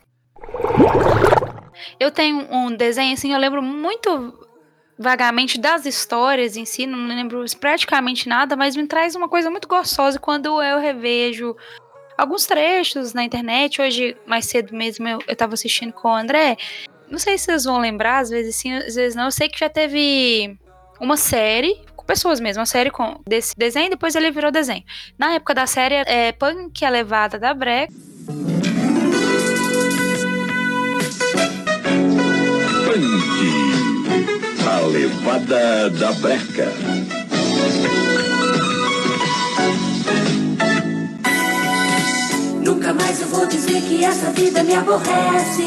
Eu tenho um desenho, assim, eu lembro muito vagamente das histórias em si, não lembro praticamente nada, mas me traz uma coisa muito gostosa quando eu revejo alguns trechos na internet. Hoje, mais cedo mesmo, eu, eu tava assistindo com o André. Não sei se vocês vão lembrar, às vezes sim, às vezes não. Eu sei que já teve uma série, com pessoas mesmo, uma série com, desse desenho, depois ele virou desenho. Na época da série, é Punk, a Levada da Breca. A Levada da Breca. Nunca mais eu vou dizer que essa vida me aborrece.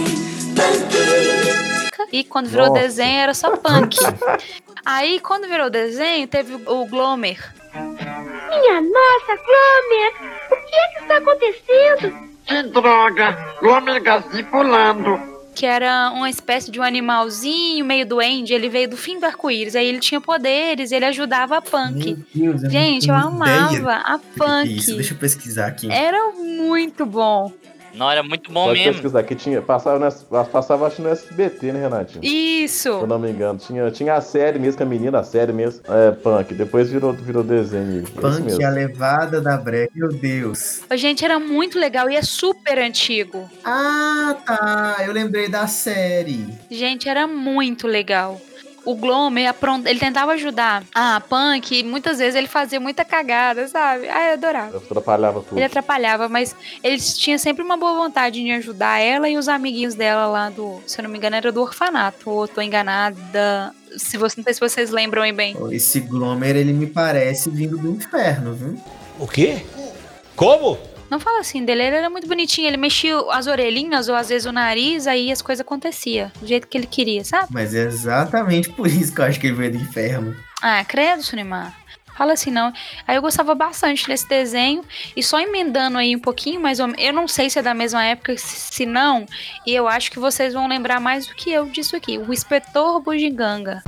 Punk. E quando virou Nossa. desenho era só Punk. Aí quando virou desenho teve o Glomer. Minha nossa, Glomer! O que é que está acontecendo? Que droga! Glomer Gazi pulando. Que era uma espécie de um animalzinho meio duende. Ele veio do fim do arco-íris. Aí ele tinha poderes, ele ajudava a Punk. Meu Deus, eu Gente, não eu tenho amava ideia a do que é Punk. isso. Deixa eu pesquisar aqui. Era muito bom. Não, era muito bom Pode mesmo. pesquisar aqui, tinha, passava, no, passava acho no S B T, né, Renatinho? Se Isso. eu não me engano. Tinha, tinha a série mesmo, com a menina, a série mesmo. É, Punk. Depois virou, virou desenho. Esse Punk, mesmo. a Levada da Breca. Meu Deus. Gente, era muito legal e é super antigo. Ah, tá. Eu lembrei da série. Gente, era muito legal. O Glomer, apron- ele tentava ajudar a Punk e muitas vezes ele fazia muita cagada, sabe? Ah, eu adorava. Eu atrapalhava tudo. Ele atrapalhava, mas ele tinha sempre uma boa vontade de ajudar ela e os amiguinhos dela lá do, se eu não me engano, era do orfanato, ou eu tô enganada. Se você, não sei se vocês lembram aí bem. Esse Glomer, ele me parece vindo do inferno, viu? O quê? Como? Não fala assim dele, ele era muito bonitinho, ele mexia as orelhinhas ou às vezes o nariz, aí as coisas aconteciam do jeito que ele queria, sabe? Mas é exatamente por isso que eu acho que ele veio do inferno. Ah, credo, Sunimar. Fala assim não. Aí eu gostava bastante desse desenho. E só emendando aí um pouquinho, mas eu não sei se é da mesma época, se não. E eu acho que vocês vão lembrar mais do que eu disso aqui. O Inspetor Bugiganga.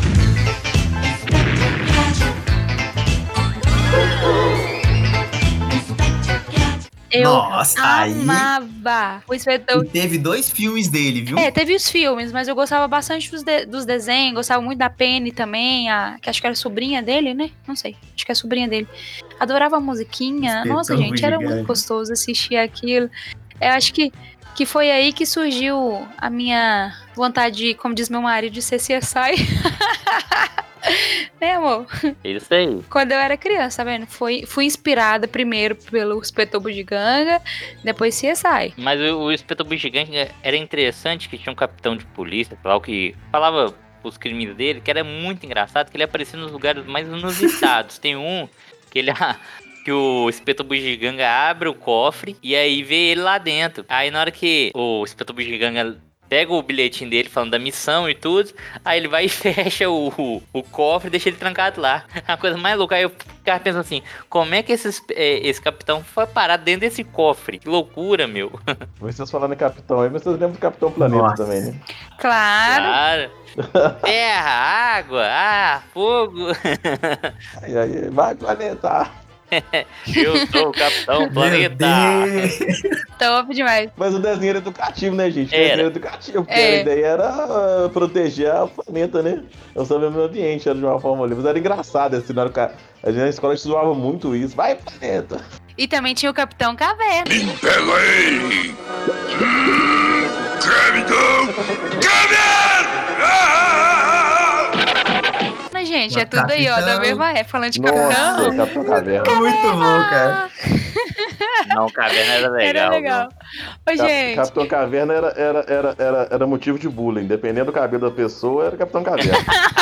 Eu Nossa, amava aí... o Inspetor... E teve dois filmes dele, viu? É, teve os filmes, mas eu gostava bastante dos, de... dos desenhos, gostava muito da Penny também, a... que acho que era sobrinha dele, né? Não sei, acho que é a sobrinha dele. Adorava a musiquinha. Inspetor Nossa, gente, era Bugiganga. muito gostoso assistir aquilo. Eu acho que, que foi aí que surgiu a minha vontade, de, como diz meu marido, de ser C S I. Né, amor? Isso aí. Quando eu era criança, tá vendo? Foi, fui inspirada primeiro pelo Inspetor Bugiganga, depois C S I. Mas o, o Inspetor Bugiganga era interessante, que tinha um capitão de polícia, tal, que falava os crimes dele, que era muito engraçado, que ele aparecia nos lugares mais inusitados. Tem um que ele... que o Inspetor Bugiganga abre o cofre e aí vê ele lá dentro. Aí na hora que o Inspetor Bugiganga pega o bilhetinho dele falando da missão e tudo, aí ele vai e fecha o, o, o cofre e deixa ele trancado lá. A coisa mais louca, aí eu ficava pensando assim, como é que esses, é, esse capitão foi parar dentro desse cofre? Que loucura, meu. Vocês falando em capitão aí, mas vocês lembram do Capitão Planeta Nossa. também, né? Claro. Claro. Terra, água, ar, fogo. Aí, aí, vai, planeta. Eu sou o Capitão Planeta. Top demais. Mas o desenho era educativo, né, gente? O Era. desenho era educativo, porque É. a ideia era uh, proteger o planeta, né? Eu sabia o meio ambiente, era de uma forma ali. Mas era engraçado, assim, na hora que a, a gente na escola a gente zoava muito isso. Vai, planeta! E também tinha o Capitão Caverna. Pega aí! Capitão Caverna! Gente, é Capitão. tudo aí, ó, da mesma época, falando de Nossa, Capitão. Capitão Caverna. É muito bom, cara. Não, caverna era legal. Era legal. Ô, Cap- gente, Capitão Caverna era, era, era, era, era motivo de bullying. Dependendo do cabelo da pessoa, era Capitão Caverna.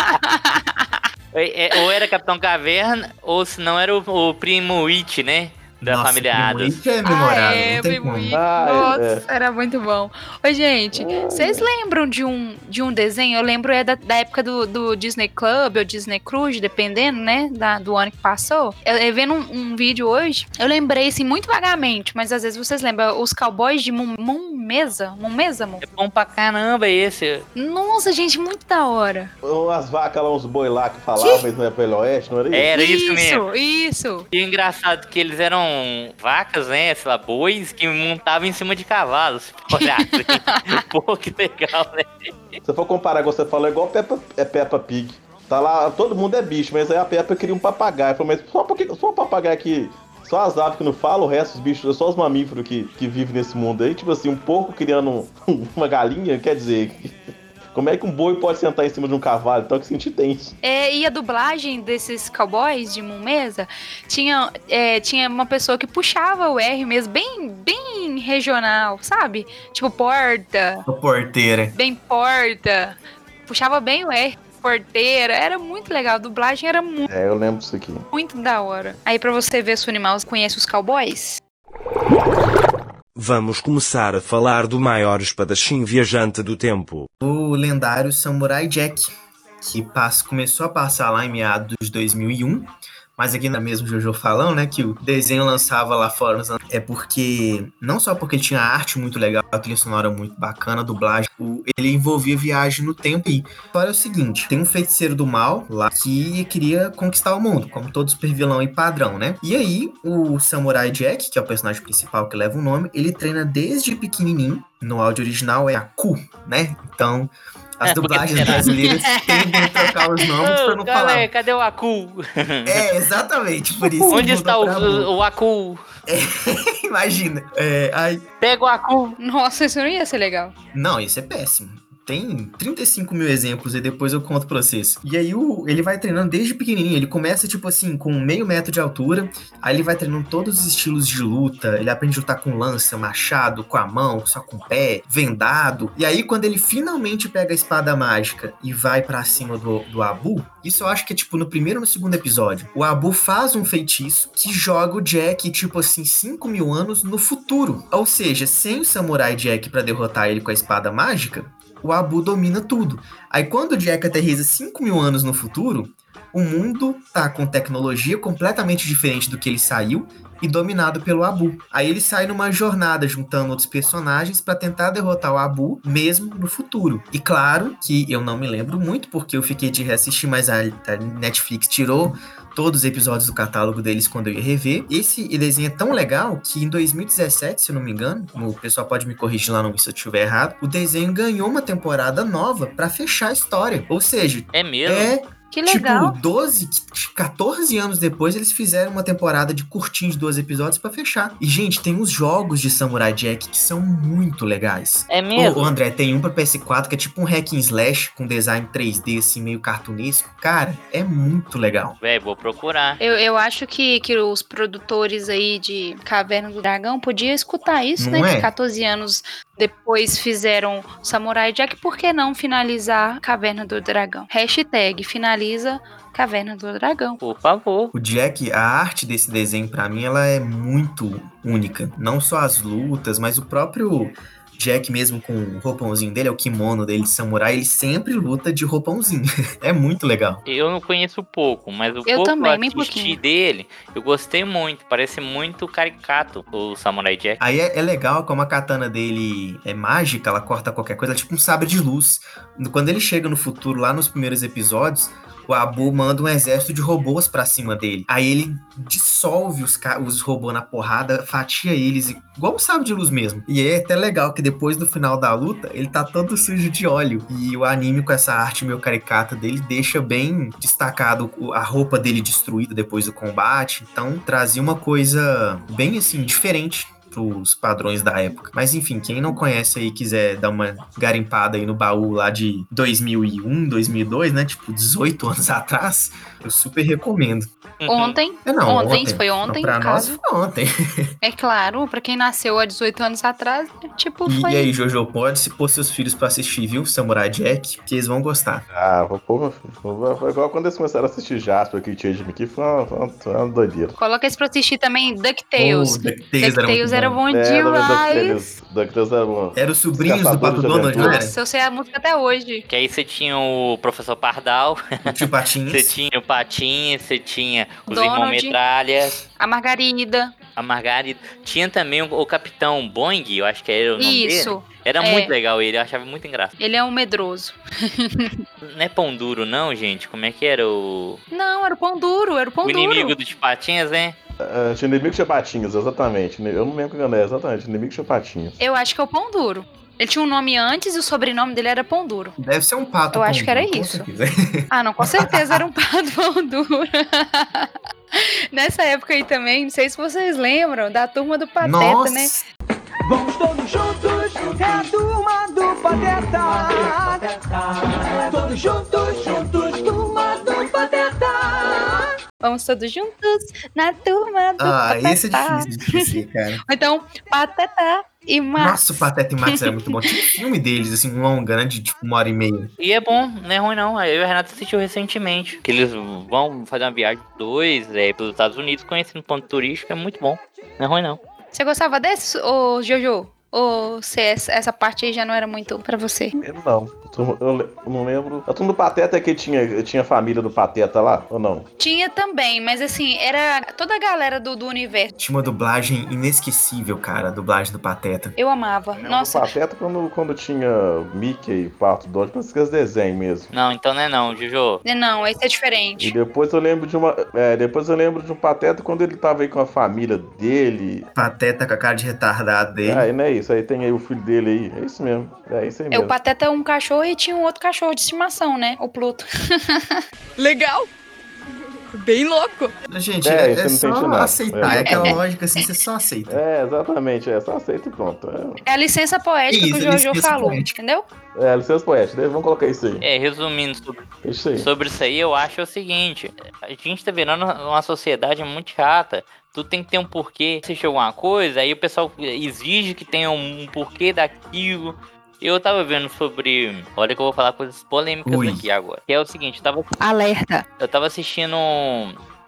É, é, ou era Capitão Caverna, ou se não era o, o Primo It, né? Da Nossa, família Primo Adams. It é memorável, Ah, é, não tem Primo como. It. Ah, Nossa, é. era muito bom. Ô, gente, vocês lembram de um, de um desenho? Eu lembro é da, da época do, do Disney Club ou Disney Cruise, dependendo, né, da, do ano que passou. Eu, eu vendo um, um vídeo hoje, eu lembrei, assim, muito vagamente, mas às vezes vocês lembram, os cowboys de Mum Mum Mesa? Mum Mesa, amor? É bom pra caramba esse. Nossa, gente, muito da hora. Umas vacas lá, uns boi lá que falavam, mas não é pelo oeste, não era isso? Era isso mesmo. Isso, isso. E o engraçado que eles eram vacas, né? Sei lá, bois que montavam em cima de cavalos. Se for olhar assim. Pô, que legal, né? Se você for comparar com você falou, é igual Peppa, é Peppa Pig. Tá lá, todo mundo é bicho, mas aí a Peppa queria um papagaio. Falou, mas só, porque, só um papagaio que... Só as aves que não falam, o resto dos bichos, só os mamíferos que, que vivem nesse mundo aí. Tipo assim, um porco criando um- uma galinha, quer dizer... Como é que um boi pode sentar em cima de um cavalo? Então que sentido tem isso? É, e a dublagem desses cowboys de Mum Mesa tinha, é, tinha uma pessoa que puxava o R mesmo, bem, bem regional, sabe? Tipo porta, A porteira. bem porta. Puxava bem o R, porteira. Era muito legal. A dublagem era muito, É, eu lembro disso aqui. muito da hora. Aí pra você ver se o animal conhece os cowboys. Vamos começar a falar do maior espadachim viajante do tempo. O lendário Samurai Jack, que passa, começou a passar lá em meados de dois mil e um, mas aqui na mesma Jojo falando, né, que o desenho lançava lá fora nos anos... É porque, não só porque tinha arte muito legal, a trilha sonora muito bacana, a dublagem, o- ele envolvia viagem no tempo. E a história é o seguinte, tem um feiticeiro do mal lá que queria conquistar o mundo, como todo super vilão e padrão, né? E aí, o Samurai Jack, que é o personagem principal que leva o nome, ele treina desde pequenininho, no áudio original é a Ku, né? Então... As dublagens brasileiras tendem a trocar os nomes pra não Ô, galera, falar. cadê o Aku? É, exatamente, por isso. Onde que está o, mudou pra Mu. o, o Aku? Imagina. É, aí... Pega o Aku. Nossa, isso não ia ser legal. Não, isso é péssimo. Tem trinta e cinco mil exemplos e depois eu conto pra vocês. E aí o, ele vai treinando desde pequenininho. Ele começa, tipo assim, com meio metro de altura. Aí ele vai treinando todos os estilos de luta. Ele aprende a lutar com lança, machado, com a mão, só com o pé, vendado. E aí quando ele finalmente pega a espada mágica e vai pra cima do, do Abu, isso eu acho que é tipo no primeiro ou no segundo episódio. O Abu faz um feitiço que joga o Jack, tipo assim, cinco mil anos no futuro. Ou seja, sem o Samurai Jack pra derrotar ele com a espada mágica, o Abu domina tudo. Aí quando o Jack aterriza cinco mil anos no futuro, o mundo tá com tecnologia completamente diferente do que ele saiu e dominado pelo Abu. Aí ele sai numa jornada juntando outros personagens pra tentar derrotar o Abu, mesmo no futuro. E claro que eu não me lembro muito, porque eu fiquei de reassistir, mas a, a Netflix tirou todos os episódios do catálogo deles quando eu ia rever. Esse desenho é tão legal que em dois mil e dezessete, se eu não me engano, o pessoal pode me corrigir lá no se eu estiver errado, o desenho ganhou uma temporada nova pra fechar a história. Ou seja, É mesmo? é... Que legal. Tipo, doze, quatorze anos depois, eles fizeram uma temporada de curtinho de doze episódios pra fechar. E, gente, tem uns jogos de Samurai Jack que são muito legais. É mesmo? Ô, André, tem um pra P S quatro que é tipo um hack and slash com design três D, assim, meio cartunesco. Cara, é muito legal. Véi, vou procurar. Eu, eu acho que, que os produtores aí de Caverna do Dragão podiam escutar isso, Não né? é? Que quatorze anos depois fizeram Samurai Jack, por que não finalizar Caverna do Dragão? Hashtag finaliza Caverna do Dragão. Por favor. O Jack, a arte desse desenho, pra mim, ela é muito única. Não só as lutas, mas o próprio Jack mesmo com o roupãozinho dele, é o kimono dele de samurai, ele sempre luta de roupãozinho. É muito legal. Eu não conheço pouco, mas o Eu pouco também, que eu bem assisti pouquinho. dele, eu gostei muito. Parece muito caricato o Samurai Jack. Aí é, é legal como a katana dele é mágica, ela corta qualquer coisa, é tipo um sabre de luz. Quando ele chega no futuro, lá nos primeiros episódios, o Abu manda um exército de robôs pra cima dele. Aí ele dissolve os, ca- os robôs na porrada, fatia eles, igual um sabre de luz mesmo. E é até legal que depois do final da luta, ele tá todo sujo de óleo. E o anime com essa arte meio caricata dele deixa bem destacado o- a roupa dele destruída depois do combate. Então trazia uma coisa bem assim, diferente pros padrões da época. Mas enfim, quem não conhece aí e quiser dar uma garimpada aí no baú lá de dois mil e um, dois mil e dois, né? Tipo, dezoito anos atrás, eu super recomendo. Ontem. É, não, ontem, ontem. isso foi ontem, Pra no nós caso. foi ontem. É claro, pra quem nasceu há dezoito anos atrás, tipo, E, foi... e aí, Jojo, pode se pôr seus filhos pra assistir, viu? Samurai Jack, que eles vão gostar. Ah, vou pôr meu filho. Foi igual quando eles começaram a assistir Jasper aqui, Change Me, que foi uma, foi uma, foi uma doideira. Coloca esse pra assistir também, DuckTales. Oh, DuckTales era muito era bom. bom É, demais. DuckTales, DuckTales era bom. Era os sobrinhos do Caçadores Pato de Donald, não era? Nossa, eu sei a música até hoje. Que aí você tinha o Professor Pardal, O tio Patinhas. você tinha o Patinhas, você tinha os Donald. Irmãos Metralha, A Margarida. a Margarida. Tinha também o, o Capitão Boing, eu acho que era o nome Isso. dele. Era é. muito legal ele, eu achava muito engraçado. Ele é um medroso. Não é pão duro não, gente? Como é que era o... Não, era o pão duro, era o pão o duro. inimigo dos Patinhas, né? Uh, tinha inimigo que tinha patinhas, exatamente. Eu não lembro o que é, exatamente. Inimigo que tinha patinhas. Eu acho que é o pão duro. Ele tinha um nome antes e o sobrenome dele era pão duro. Deve ser um pato. Eu pão acho que era duro, com isso. certeza. Ah, não, com certeza era um pato pão duro. Nessa época aí também, não sei se vocês lembram, da turma do Pateta, Nossa. né? Vamos todos juntos, é a turma do Pateta. Todos juntos, juntos, turma do Pateta. Vamos todos juntos na turma do Ah, Pateta. esse é difícil de esquecer, cara. Ou então, Pateta e Max. Nossa, o Pateta e Max era muito bom. Tinha um filme deles, assim, um longa, né? De tipo uma hora e meia. E é bom, não é ruim não. Eu e a Renata assistiu recentemente. Que eles vão fazer uma viagem dois é, pelos Estados Unidos, conhecendo um ponto turístico, é muito bom. Não é ruim não. Você gostava desse, ô Jojo? Ou se essa, essa parte aí já não era muito pra você? Eu não. Eu, eu le- eu não lembro. A turma do Pateta é que tinha, tinha a família do Pateta lá, ou não? Tinha também, mas assim, era toda a galera do, do universo. Tinha uma dublagem inesquecível, cara. A dublagem do Pateta. Eu amava. Nossa, O Pateta quando, quando tinha Mickey e Pato Donald, parece que eles desenhos mesmo. Não, então não é não, Jojo. não, esse é E diferente. depois eu lembro de uma. É, depois eu lembro de um Pateta quando ele tava aí com a família dele. Pateta com a cara de retardado dele. Aí não é isso, aí tem aí o filho dele aí. É isso mesmo. É isso aí É, mesmo. o Pateta é um cachorro e tinha um outro cachorro de estimação, né? O Pluto. Legal! Bem louco! Gente, É, é, isso é eu não só entendi nada. aceitar. É, É. aquela lógica assim, você só aceita. É, exatamente, é só aceita e pronto. É, É a licença poética Isso, que o Jojo licença falou, poética. entendeu? é licença poética, vamos colocar isso aí. É, resumindo sobre, Isso aí. sobre isso aí, eu acho o seguinte. A gente tá virando uma sociedade muito chata. Tudo tem que ter um porquê. Assistir alguma coisa, aí o pessoal exige que tenha um porquê daquilo. Eu tava vendo sobre... Olha que eu vou falar coisas polêmicas Ui. aqui agora. Que é o seguinte, eu tava, Alerta. eu tava assistindo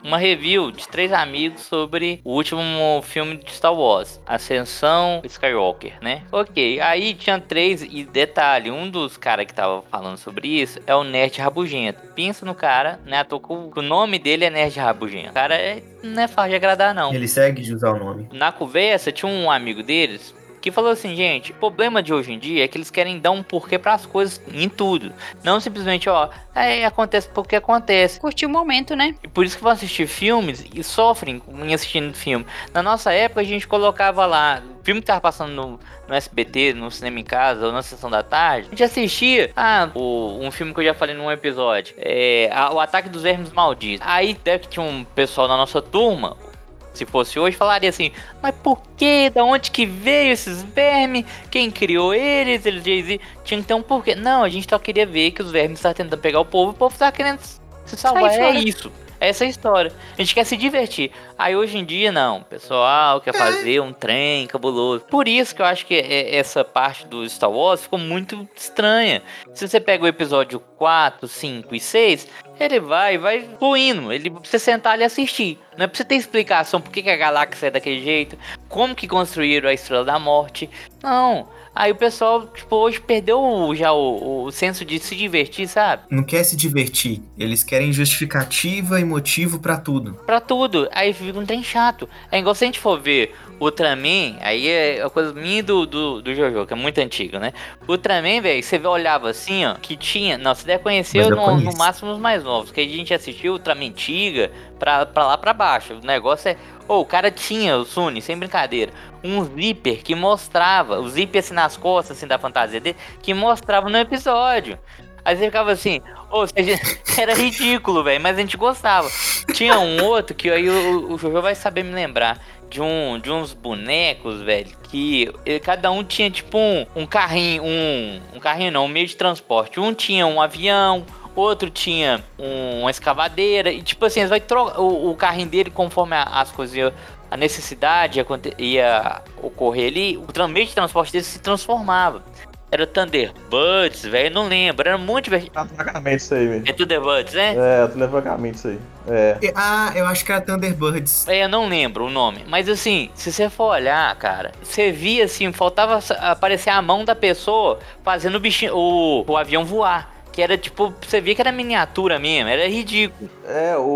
uma review de três amigos sobre o último filme de Star Wars, Ascensão Skywalker, né? Ok, aí tinha três, e detalhe, um dos caras que tava falando sobre isso é o Nerd Rabugento. Pensa no cara, né? À toa que o o nome dele é Nerd Rabugento. O cara é, não é fácil de agradar, não. Ele segue de usar o nome. Na conversa, tinha um amigo deles que falou assim, gente, o problema de hoje em dia é que eles querem dar um porquê pras coisas em tudo. Não simplesmente, ó, é, acontece porque acontece. Curtir o momento, né? E por isso que vão assistir filmes e sofrem em assistindo filme. Na nossa época, a gente colocava lá, o filme que tava passando no, no S B T, no cinema em casa, ou na sessão da tarde, a gente assistia, ah, o, um filme que eu já falei num episódio, é a, o Ataque dos Vermes Malditos. Aí deve que tinha um pessoal na nossa turma, se fosse hoje, falaria assim, mas por que? Da onde que veio esses vermes? Quem criou eles? Eles diziam, tinha que ter um porquê. Não, a gente só queria ver que os vermes estavam tentando pegar o povo, o povo estava querendo se salvar. É isso. Essa é a história. A gente quer se divertir. Aí hoje em dia, não. O pessoal quer fazer um trem cabuloso. Por isso que eu acho que essa parte do Star Wars ficou muito estranha. Se você pega o episódio quatro, cinco e seis, ele vai, vai fluindo. Ele precisa sentar ali e assistir. Não é pra você ter explicação por que, que a galáxia é daquele jeito, como que construíram a Estrela da Morte. Não. Aí o pessoal, tipo, hoje perdeu já o, o senso de se divertir, sabe? Não quer se divertir. Eles querem justificativa e motivo pra tudo. Pra tudo. Aí fica um trem chato. É igual se a gente for ver Ultraman, aí é a coisa minha do, do, do Jojo, que é muito antigo, né? Ultraman, velho, você olhava assim, ó, que tinha... Não, você deve conhecer no, no máximo os mais novos, que a gente assistiu Ultraman Tiga pra, pra lá pra baixo. O negócio é... Oh, o cara tinha, o Suni, sem brincadeira, um zíper que mostrava, o zíper assim nas costas assim, da fantasia dele, que mostrava no episódio. Aí você ficava assim, ou seja, era ridículo, velho, mas a gente gostava. Tinha um outro que aí o, o Jojo vai saber me lembrar, de, um, de uns bonecos, velho, que ele, cada um tinha tipo um, um carrinho, um, um carrinho não, um meio de transporte. Um tinha um avião, outro tinha um, uma escavadeira, e tipo assim, vai trocar o, o carrinho dele conforme a, as coisas iam, a necessidade ia, ia ocorrer ali, o meio de transporte dele se transformava. Era Thunderbirds, velho, não lembro, era muito divertido. É vagamente isso aí, velho. É Thunderbirds, né? É, tudo é vagamente isso aí. É. Ah, eu acho que era Thunderbirds. É, eu não lembro o nome, mas assim, se você for olhar, cara, você via assim, faltava aparecer a mão da pessoa fazendo o bichinho, o, o avião voar. Que era tipo, você via que era miniatura mesmo, era ridículo. É, o,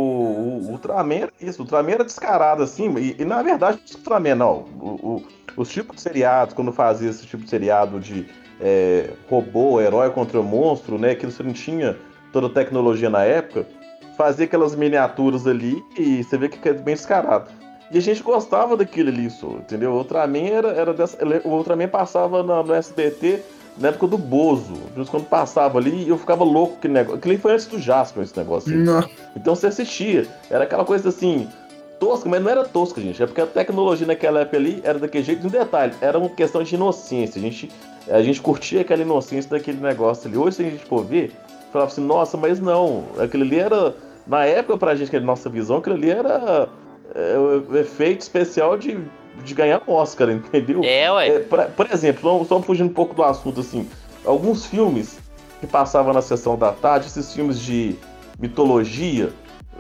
o, o Ultraman era isso, o Ultraman era descarado assim, e, e na verdade o Ultraman não, o, o, os tipos de seriados, quando fazia esse tipo de seriado de é, robô, herói contra o monstro, né, que você não tinha toda a tecnologia na época, fazia aquelas miniaturas ali e você vê que é bem descarado. E a gente gostava daquilo ali, só, entendeu? O Ultraman era, era dessa, o Ultraman passava no, no S B T na época do Bozo, just quando passava ali, eu ficava louco com aquele negócio. Aquilo foi antes do Jasper, esse negócio aí. Não. Então você assistia, era aquela coisa assim, tosca, mas não era tosca, gente. É porque a tecnologia naquela época ali era daquele jeito. Um detalhe, era uma questão de inocência. A gente, a gente curtia aquela inocência daquele negócio ali. Hoje, se a gente for ver, falava assim, nossa, mas não, aquilo ali era, na época pra gente, que nossa visão, aquilo ali era é, o efeito especial de. de ganhar Oscar, entendeu? É, ué. É, pra, por exemplo, só fugindo um pouco do assunto, assim, alguns filmes que passavam na sessão da tarde, esses filmes de mitologia,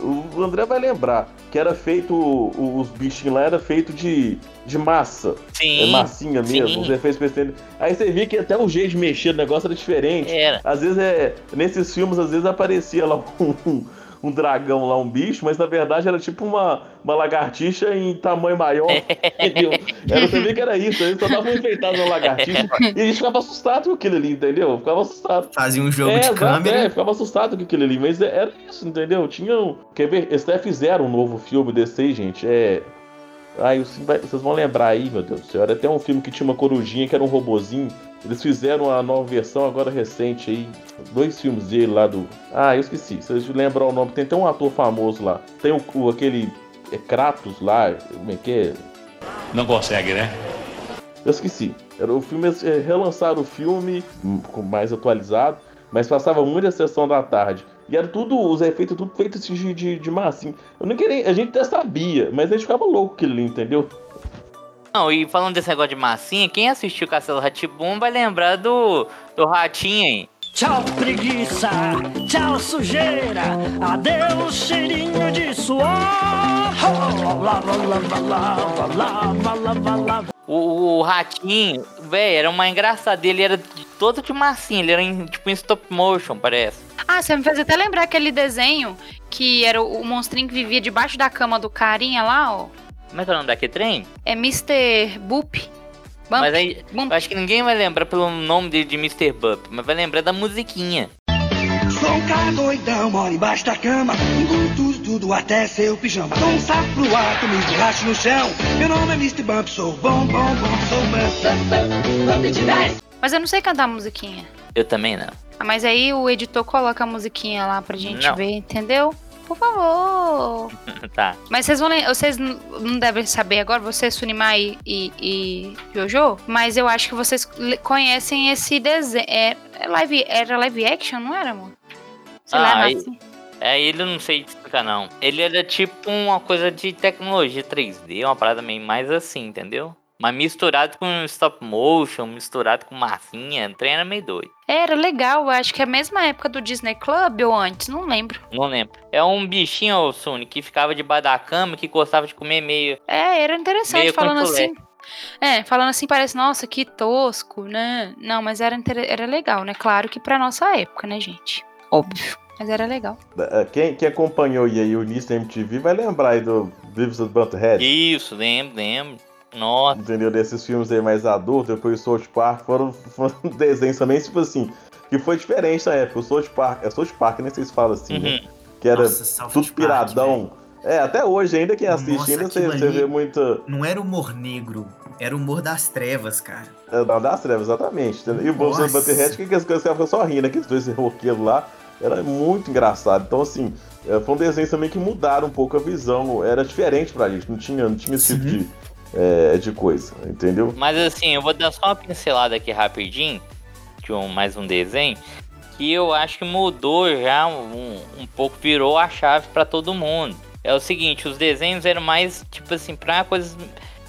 o André vai lembrar que era feito, os bichinhos lá era feito de, de massa. Sim. É massinha mesmo, sim. Os efeitos especiais. Aí você via que até o jeito de mexer do negócio era diferente. Era. Às vezes, é, nesses filmes, às vezes aparecia lá um... um dragão lá, um bicho, mas na verdade era tipo uma, uma lagartixa em tamanho maior, entendeu? Era, você vê que era isso, eles só estavam enfeitados na lagartixa e a gente ficava assustado com aquilo ali, entendeu? Ficava assustado. Fazia um jogo é, de exato, câmera. É, ficava assustado com aquilo ali, mas era isso, entendeu? Tinham... Quer ver? Eles até fizeram um novo filme desse aí, gente, é... Ai, vocês vão lembrar aí, meu Deus do céu, era até um filme que tinha uma corujinha que era um robozinho. Eles fizeram a nova versão agora recente aí. Dois filmes dele lá do... Ah, eu esqueci. Se vocês lembrar o nome, tem até um ator famoso lá. Tem o, o aquele é, Kratos lá. Como é que é? Não consegue, né? Eu esqueci. Era o filme, é, relançaram o filme com mais atualizado, mas passava muito a sessão da tarde. E era tudo, os efeitos tudo feitos de, de, de massinha. Eu não queria, a gente até sabia, mas a gente ficava louco com aquilo ali, entendeu? Não, e falando desse negócio de massinha, quem assistiu Castelo Rá-Tim-Bum vai lembrar do, do ratinho aí. Tchau, preguiça. Tchau, sujeira. Adeus, cheirinho de suor. Lava, lava, lava, lava, lava, lava. O, o ratinho, velho, era uma engraçada. Ele era todo de massinha. Ele era em, tipo em stop motion, parece. Ah, você me fez até lembrar aquele desenho que era o, o monstrinho que vivia debaixo da cama do carinha lá, ó. Como é que é o nome daquele trem? É mister Boop. Bump. Mas aí, Bump. Eu acho que ninguém vai lembrar pelo nome dele de mister Bump, mas vai lembrar da musiquinha. Sou um cara doidão, moro embaixo da cama, engulo tudo até seu pijama. Dou um sapo pro ar, me esborracho no chão. Meu nome é mister Bump, sou bom, bom, bom, sou Bump. Bump de dez. Mas eu não sei cantar a musiquinha. Eu também não. Ah, mas aí o editor coloca a musiquinha lá pra gente não. ver, entendeu? Por favor. Tá. Mas vocês vão vocês não devem saber agora, você, Sunimai e, e Jojo, mas eu acho que vocês conhecem esse desenho. É, é live, era live action, não era, amor? Sei ah, lá, aí, assim. É, ele não sei explicar, não. Ele era tipo uma coisa de tecnologia três D, uma parada meio mais assim, entendeu? Mas misturado com stop motion, misturado com massinha, o trem era meio doido. Era legal, eu acho que é a mesma época do Disney Club ou antes, não lembro. Não lembro. É um bichinho, ô Sony, que ficava debaixo da cama, que gostava de comer meio... É, era interessante, meio falando assim. É, falando assim parece, nossa, que tosco, né? Não, mas era, era legal, né? Claro que pra nossa época, né, gente? Óbvio. Mas era legal. Quem, quem acompanhou aí o início da M T V vai lembrar aí do Beavis and Butthead. Isso, lembro, lembro. Nossa. Entendeu? Desses filmes aí mais adultos, depois o South Park, foram, foram desenhos também, tipo assim, que foi diferente na época. O South Park, é South Park, nem sei se fala assim, uhum. né? Que era Nossa, tudo piradão. Park, é, até hoje, ainda quem assiste, Nossa, ainda você, você vê muita... Não era humor negro, era humor das trevas, cara. É, não, das trevas, exatamente. E o Beavis and Butthead, que as coisas ficavam só rindo, aqueles dois roqueiros lá, era muito engraçado. Então, assim, foi um desenho também que mudaram um pouco a visão, era diferente pra gente, não tinha, não tinha esse tipo de... É, de coisa, entendeu? Mas assim, eu vou dar só uma pincelada aqui rapidinho de um, mais um desenho que eu acho que mudou já um, um pouco, virou a chave pra todo mundo. É o seguinte, os desenhos eram mais tipo assim, pra coisas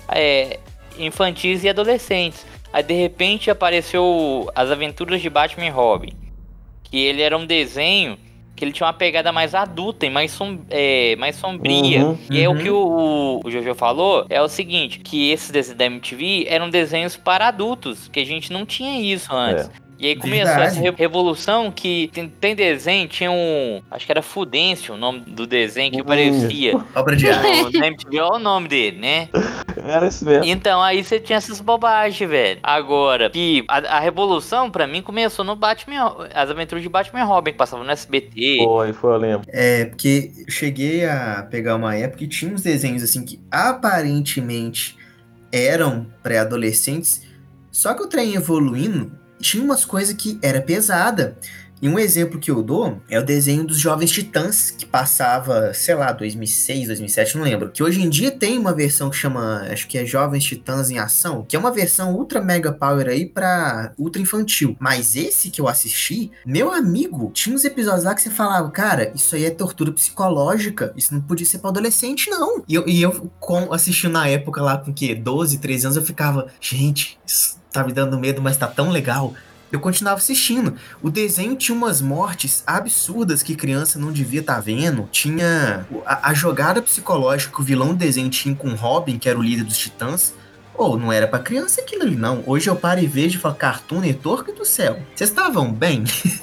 é, infantis e adolescentes. Aí de repente apareceu As Aventuras de Batman e Robin, que ele era um desenho que ele tinha uma pegada mais adulta e mais, som, é, mais sombria. Uhum, e é uhum. o que o, o Jojo falou, é o seguinte, que esses desenhos da M T V eram desenhos para adultos, que a gente não tinha isso antes. É. E aí começou Verdade. essa revolução que tem, tem desenho, tinha um... Acho que era Fudêncio o nome do desenho que parecia. Obra de arte. Na M T V, olha o nome dele, né? Era isso mesmo. Então, aí você tinha essas bobagens, velho. Agora, que a, a revolução, pra mim, começou no Batman... As Aventuras de Batman e Robin, que passavam no S B T. Foi, foi, eu lembro. É, porque eu cheguei a pegar uma época e tinha uns desenhos, assim, que aparentemente eram pré-adolescentes, só que o trem evoluindo... Tinha umas coisas que era pesada. E um exemplo que eu dou é o desenho dos Jovens Titãs, que passava, sei lá, dois mil e seis, dois mil e sete, não lembro. Que hoje em dia tem uma versão que chama, acho que é Jovens Titãs em Ação, que é uma versão ultra mega power aí pra ultra infantil. Mas esse que eu assisti, meu amigo, tinha uns episódios lá que você falava, cara, isso aí é tortura psicológica, isso não podia ser pra adolescente, não. E eu, e eu com, assisti na época lá com o quê? doze, treze anos, eu ficava, gente, isso tá me dando medo, mas tá tão legal. Eu continuava assistindo. O desenho tinha umas mortes absurdas que criança não devia estar tá vendo. Tinha a, a jogada psicológica que o vilão do desenho tinha com o Robin, que era o líder dos Titãs. Ou oh, não era pra criança aquilo ali, não. Hoje eu paro e vejo e falo, Cartoon Network do céu. Vocês estavam bem?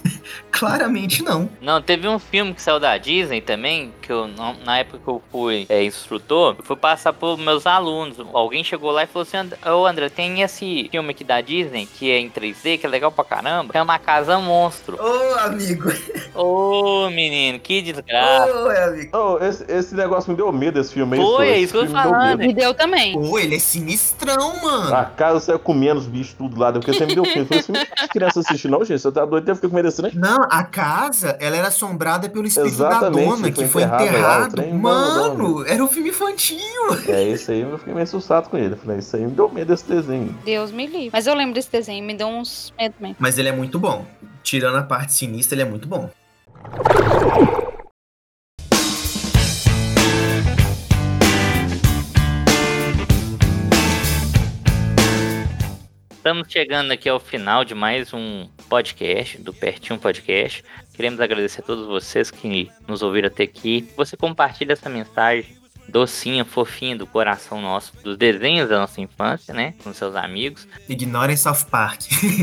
Claramente não. Não, teve um filme que saiu da Disney também, que eu, na época que eu fui é, instrutor, eu fui passar por meus alunos. Alguém chegou lá e falou assim, ô oh, André, tem esse filme aqui da Disney, que é em três D, que é legal pra caramba, que é uma Casa Monstro. Ô, oh, amigo. Ô, oh, menino, que desgraça. Ô, oh, amigo. Oh, esse, esse negócio me deu medo, esse filme aí. Foi, é isso que eu tô falando. Me deu também. Pô, oh, ele é sinistrão, mano. A casa saiu comendo os bichos tudo lá, porque você me deu medo. Eu falei assim, não tem criança assistir não, gente, você tá doido, deve ficar com medo desse, né? Não, a casa, ela era assombrada pelo espírito Exatamente, da dona, que foi enterrado. Lá, mano, mano, era um filme infantil. É, esse aí eu fiquei meio assustado com ele. Eu falei, isso aí me deu medo desse desenho. Deus me livre. Mas eu lembro desse desenho, me deu uns medo mesmo. Mas ele é muito bom. Tirando a parte sinistra, ele é muito bom. Estamos chegando aqui ao final de mais um podcast, do Pertinho Podcast. Queremos agradecer a todos vocês que nos ouviram até aqui. Você compartilha essa mensagem docinha, fofinha do coração nosso, dos desenhos da nossa infância, né? Com seus amigos. Ignorem South Park.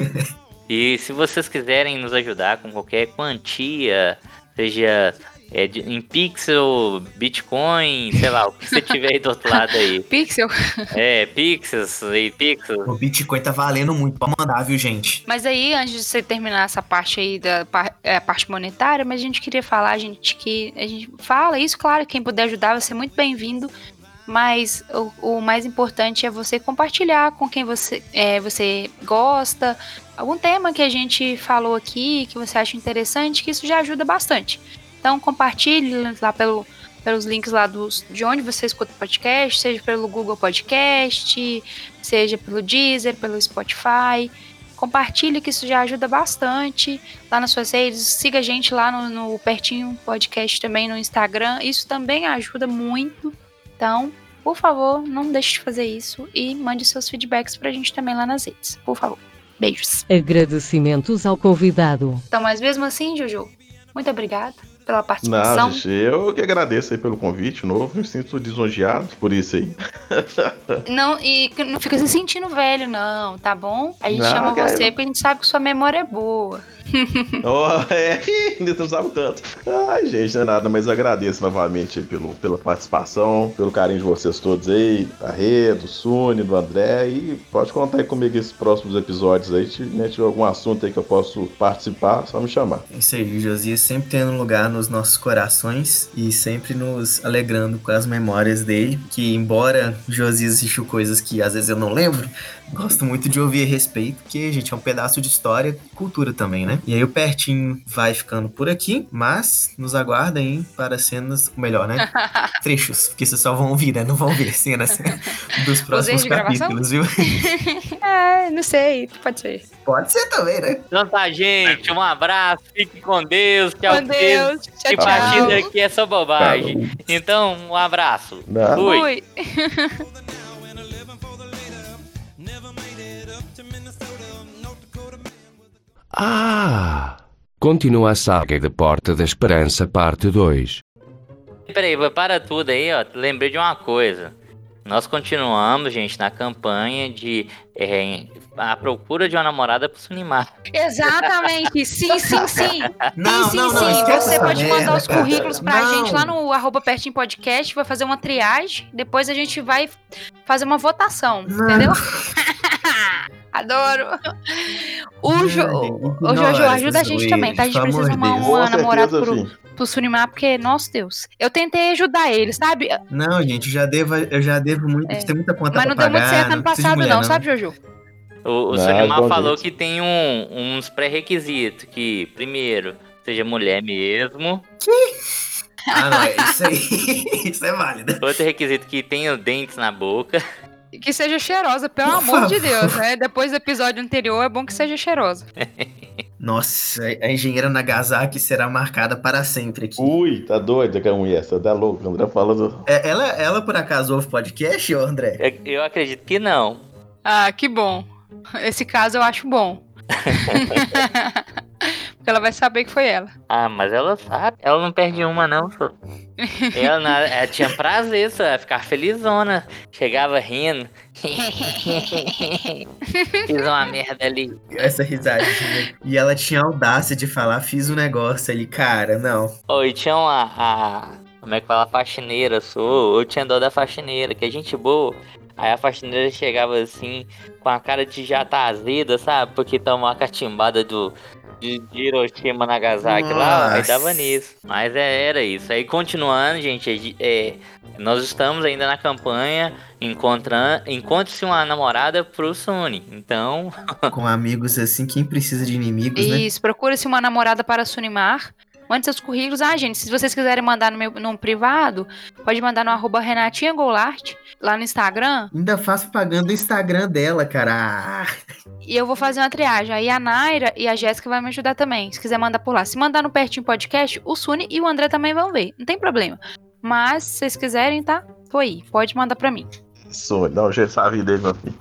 E se vocês quiserem nos ajudar com qualquer quantia, seja é, de, em pixel, bitcoin, sei lá, o que você tiver aí do outro lado aí. Pixel? É, pixels e pixels. O Bitcoin tá valendo muito pra mandar, viu, gente? Mas aí, antes de você terminar essa parte aí da par- é, parte monetária, mas a gente queria falar, gente, que a gente fala isso, claro, quem puder ajudar vai ser muito bem-vindo. Mas o, o mais importante é você compartilhar com quem você, é, você gosta, algum tema que a gente falou aqui, que você acha interessante, que isso já ajuda bastante. Então compartilhe lá pelo, pelos links lá dos, de onde você escuta o podcast, seja pelo Google Podcast, seja pelo Deezer, pelo Spotify. Compartilhe que isso já ajuda bastante lá nas suas redes. Siga a gente lá no, no Pertinho Podcast também no Instagram. Isso também ajuda muito. Então, por favor, não deixe de fazer isso e mande seus feedbacks pra gente também lá nas redes. Por favor. Beijos. Agradecimentos ao convidado. Então, mas mesmo assim, Jojo, muito obrigada pela participação. Não, gente, eu que agradeço aí pelo convite novo. Me sinto lisonjeado por isso aí. Não, e não fica se sentindo velho, não, tá bom? A gente Não, chama cara, você não. porque a gente sabe que sua memória é boa. Oh, é, ainda não sabe tanto. Ai, gente, não é nada, mas eu agradeço novamente aí pelo, pela participação, pelo carinho de vocês todos aí, da Rê, do Suni, do André, e pode contar aí comigo esses próximos episódios aí, se né, tiver algum assunto aí que eu posso participar, só me chamar. É isso aí, Josias sempre tendo lugar nos nossos corações e sempre nos alegrando com as memórias dele, que embora Josias assistiu coisas que às vezes eu não lembro, gosto muito de ouvir a respeito, porque, gente, é um pedaço de história e cultura também, né? E aí o Pertinho vai ficando por aqui, mas nos aguardem para cenas, melhor, né? Trechos, porque vocês só vão ouvir, né? Não vão ver cenas dos próximos capítulos, viu? É, não sei, pode ser. Pode ser também, né? Então tá, gente, um abraço, fique com Deus, tchau, Com Deus, tchau, e tchau. partir daqui é só bobagem. Então, um abraço. Não. Fui. Fui. Ah! Continua a saga da Porta da Esperança, parte dois. Peraí, para tudo aí, ó. Lembrei de uma coisa. Nós continuamos, gente, na campanha de é, a procura de uma namorada pro Sunimar. Exatamente, sim, sim, sim. Não, sim, sim, não, não, sim. esquece Você essa pode merda, mandar os cara. currículos pra Não. gente lá no arroba Pertinho Podcast, vai fazer uma triagem, depois a gente vai fazer uma votação, Não. entendeu? Adoro. O, jo, o Jojo, ajuda a gente também, tá? A gente Pelo precisa amor de arrumar Deus. uma Com namorada certeza, pro, filho. pro Sunimar, porque, nossa Deus. Eu tentei ajudar ele, sabe? Não, gente, eu já devo, eu já devo muito, É. tem muita conta Mas pra não deu pagar. muito certo ano não preciso de passado, mulher, não, sabe, Jojo? O, o Não, Sunimar bom falou jeito. que tem um, uns pré-requisitos, que, primeiro, seja mulher mesmo. Ah, não, é isso aí. Isso é válido. Outro requisito, que tenha dentes na boca. Que seja cheirosa, pelo Por amor de favor. Deus, né? Depois do episódio anterior, é bom que seja cheirosa. Nossa, a engenheira Nagasaki será marcada para sempre aqui. Ui, tá doida que a mulher, você tá louco, o André falando. É, ela, ela, por acaso, ouve podcast, ô André? Eu, eu acredito que não. Ah, que bom. Esse caso eu acho bom. Porque ela vai saber que foi ela. Ah, mas ela sabe. Ela não perde uma, não, só. Ela, na- ela tinha prazer, só. Ela ficava felizona. Chegava rindo. Fiz uma merda ali. Essa risadinha. E ela tinha a audácia de falar, fiz um negócio ali, cara, não. Oh, e tinha uma. A, como é que fala? A faxineira, sou. Eu tinha dó da faxineira, que é gente boa. Aí a faxineira chegava assim, com a cara de já tá azeda, sabe? Porque tomou uma catimbada do. De de Hiroshima, Nagasaki lá, aí Nossa. dava nisso. Mas é, era isso. Aí continuando, gente, é, nós estamos ainda na campanha encontrando. Encontre-se uma namorada pro Suni. Então, Com amigos assim, quem precisa de inimigos, né? Isso, procura-se uma namorada para Sunimar. Mande seus currículos. Ah, gente, se vocês quiserem mandar no meu no privado, pode mandar no arroba Renatinha Goulart, lá no Instagram. Ainda faço propaganda do Instagram dela, cara. Ah, E eu vou fazer uma triagem. Aí a Naira e a Jéssica vai me ajudar também, se quiser mandar por lá. Se mandar no Pertinho Podcast, o Suni e o André também vão ver. Não tem problema. Mas, se vocês quiserem, tá? Tô aí. Pode mandar pra mim. Sônia, não, gente, essa vida aí, meu filho.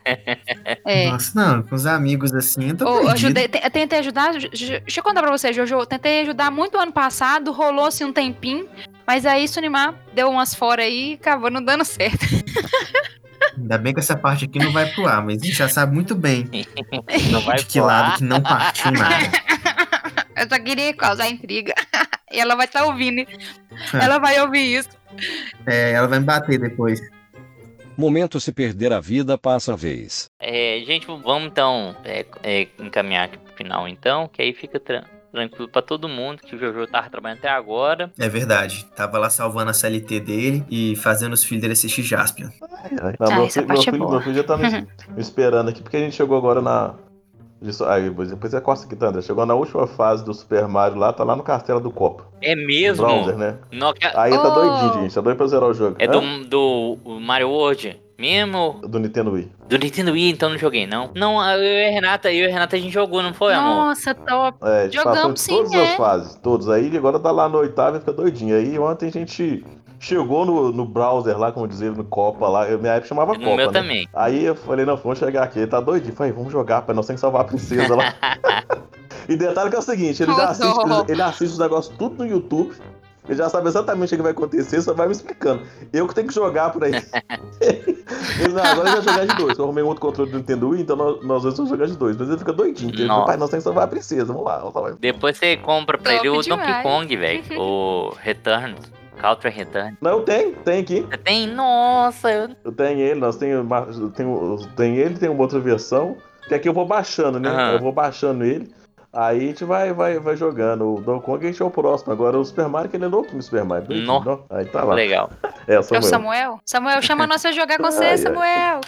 É. Nossa, não, com os amigos assim, eu tô Ô, perdido. ajudei, te- tentei ajudar. ju- ju- Deixa eu contar pra você, Jojo. Tentei ajudar muito ano passado, rolou assim um tempinho. Mas aí Sunimar deu umas fora aí e acabou não dando certo. Ainda bem que essa parte aqui não vai pro ar, mas a gente já sabe muito bem Não vai de que lado que não partiu nada. Eu só queria causar intriga. E ela vai estar ouvindo. Ela vai ouvir isso. É, ela vai me bater depois. Momento se perder a vida, passa a vez. É, gente, vamos então é, é, encaminhar aqui pro final, então, que aí fica tran- tranquilo pra todo mundo, que o Jojo tava trabalhando até agora. É verdade. Tava lá salvando a C L T dele e fazendo os filhos dele assistir Jaspion. Ai, não, Ah, meu, essa filho, meu, parte é filho, boa. meu filho já tá me, me esperando aqui, porque a gente chegou agora na. Isso, aí, depois é Costa aqui, tá, André? Chegou na última fase do Super Mario lá, tá lá no Castelo do Copa. É Do mesmo? Browser, né? No, que- Aí tá Oh. doidinho, gente. Tá doido pra zerar o jogo. é Hã? do, do Mario World mesmo? Do Nintendo Wii. Do Nintendo Wii, então não joguei, não. Não, eu e a Renata, eu e a Renata a gente jogou, não foi, amor? Nossa, top. É, a gente Jogamos passou sim, todas é. as fases, todos. Aí agora tá lá no oitavo e fica doidinho. Aí ontem a gente chegou no, no browser lá, como dizer, no Copa lá. Eu, minha época chamava No Copa, meu né? também. Aí eu falei, não, vamos chegar aqui. Ele tá doidinho. Falei, vamos jogar, pai, nós temos que salvar a princesa lá. E detalhe que é o seguinte, ele já Oh, assiste, dó. ele, ele assiste os negócios tudo no YouTube. Ele já sabe exatamente o que vai acontecer, só vai me explicando. Eu que tenho que jogar por aí. Ele, não, agora ele vai jogar de dois. Eu arrumei um outro controle do Nintendo Wii, então nós, nós dois vamos jogar de dois. Mas ele fica doidinho. Ele fala, Nossa. pai, nós temos que salvar a princesa. Vamos lá, vamos salvar. Depois você compra pra Top ele o demais. Donkey Kong, velho. O Return. Country Return. Não, eu tenho, tem aqui. Você tem? Nossa, eu... Eu tenho ele, nós temos, eu tenho, eu tenho ele, tem uma outra versão. Que aqui eu vou baixando, né? Aham. Eu vou baixando ele. Aí a gente vai, vai, vai jogando. O Donkey Kong a gente é o próximo. Agora o Super Mario, que ele é novo no Super Mario. doidinho, Nó. não? Aí tá lá. legal. É, o É o Samuel. Samuel? Samuel, chama nós pra jogar com você, Ai, ai. Samuel.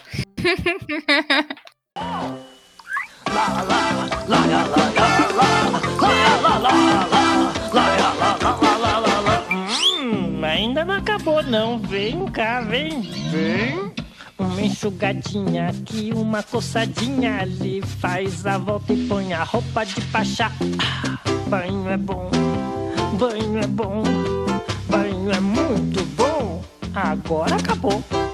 Hum, ainda não acabou não. Vem cá, vem, vem. Uma enxugadinha aqui, uma coçadinha ali. Faz a volta e põe a roupa de pachá. Ah, banho é bom, banho é bom, banho é muito bom. Agora acabou.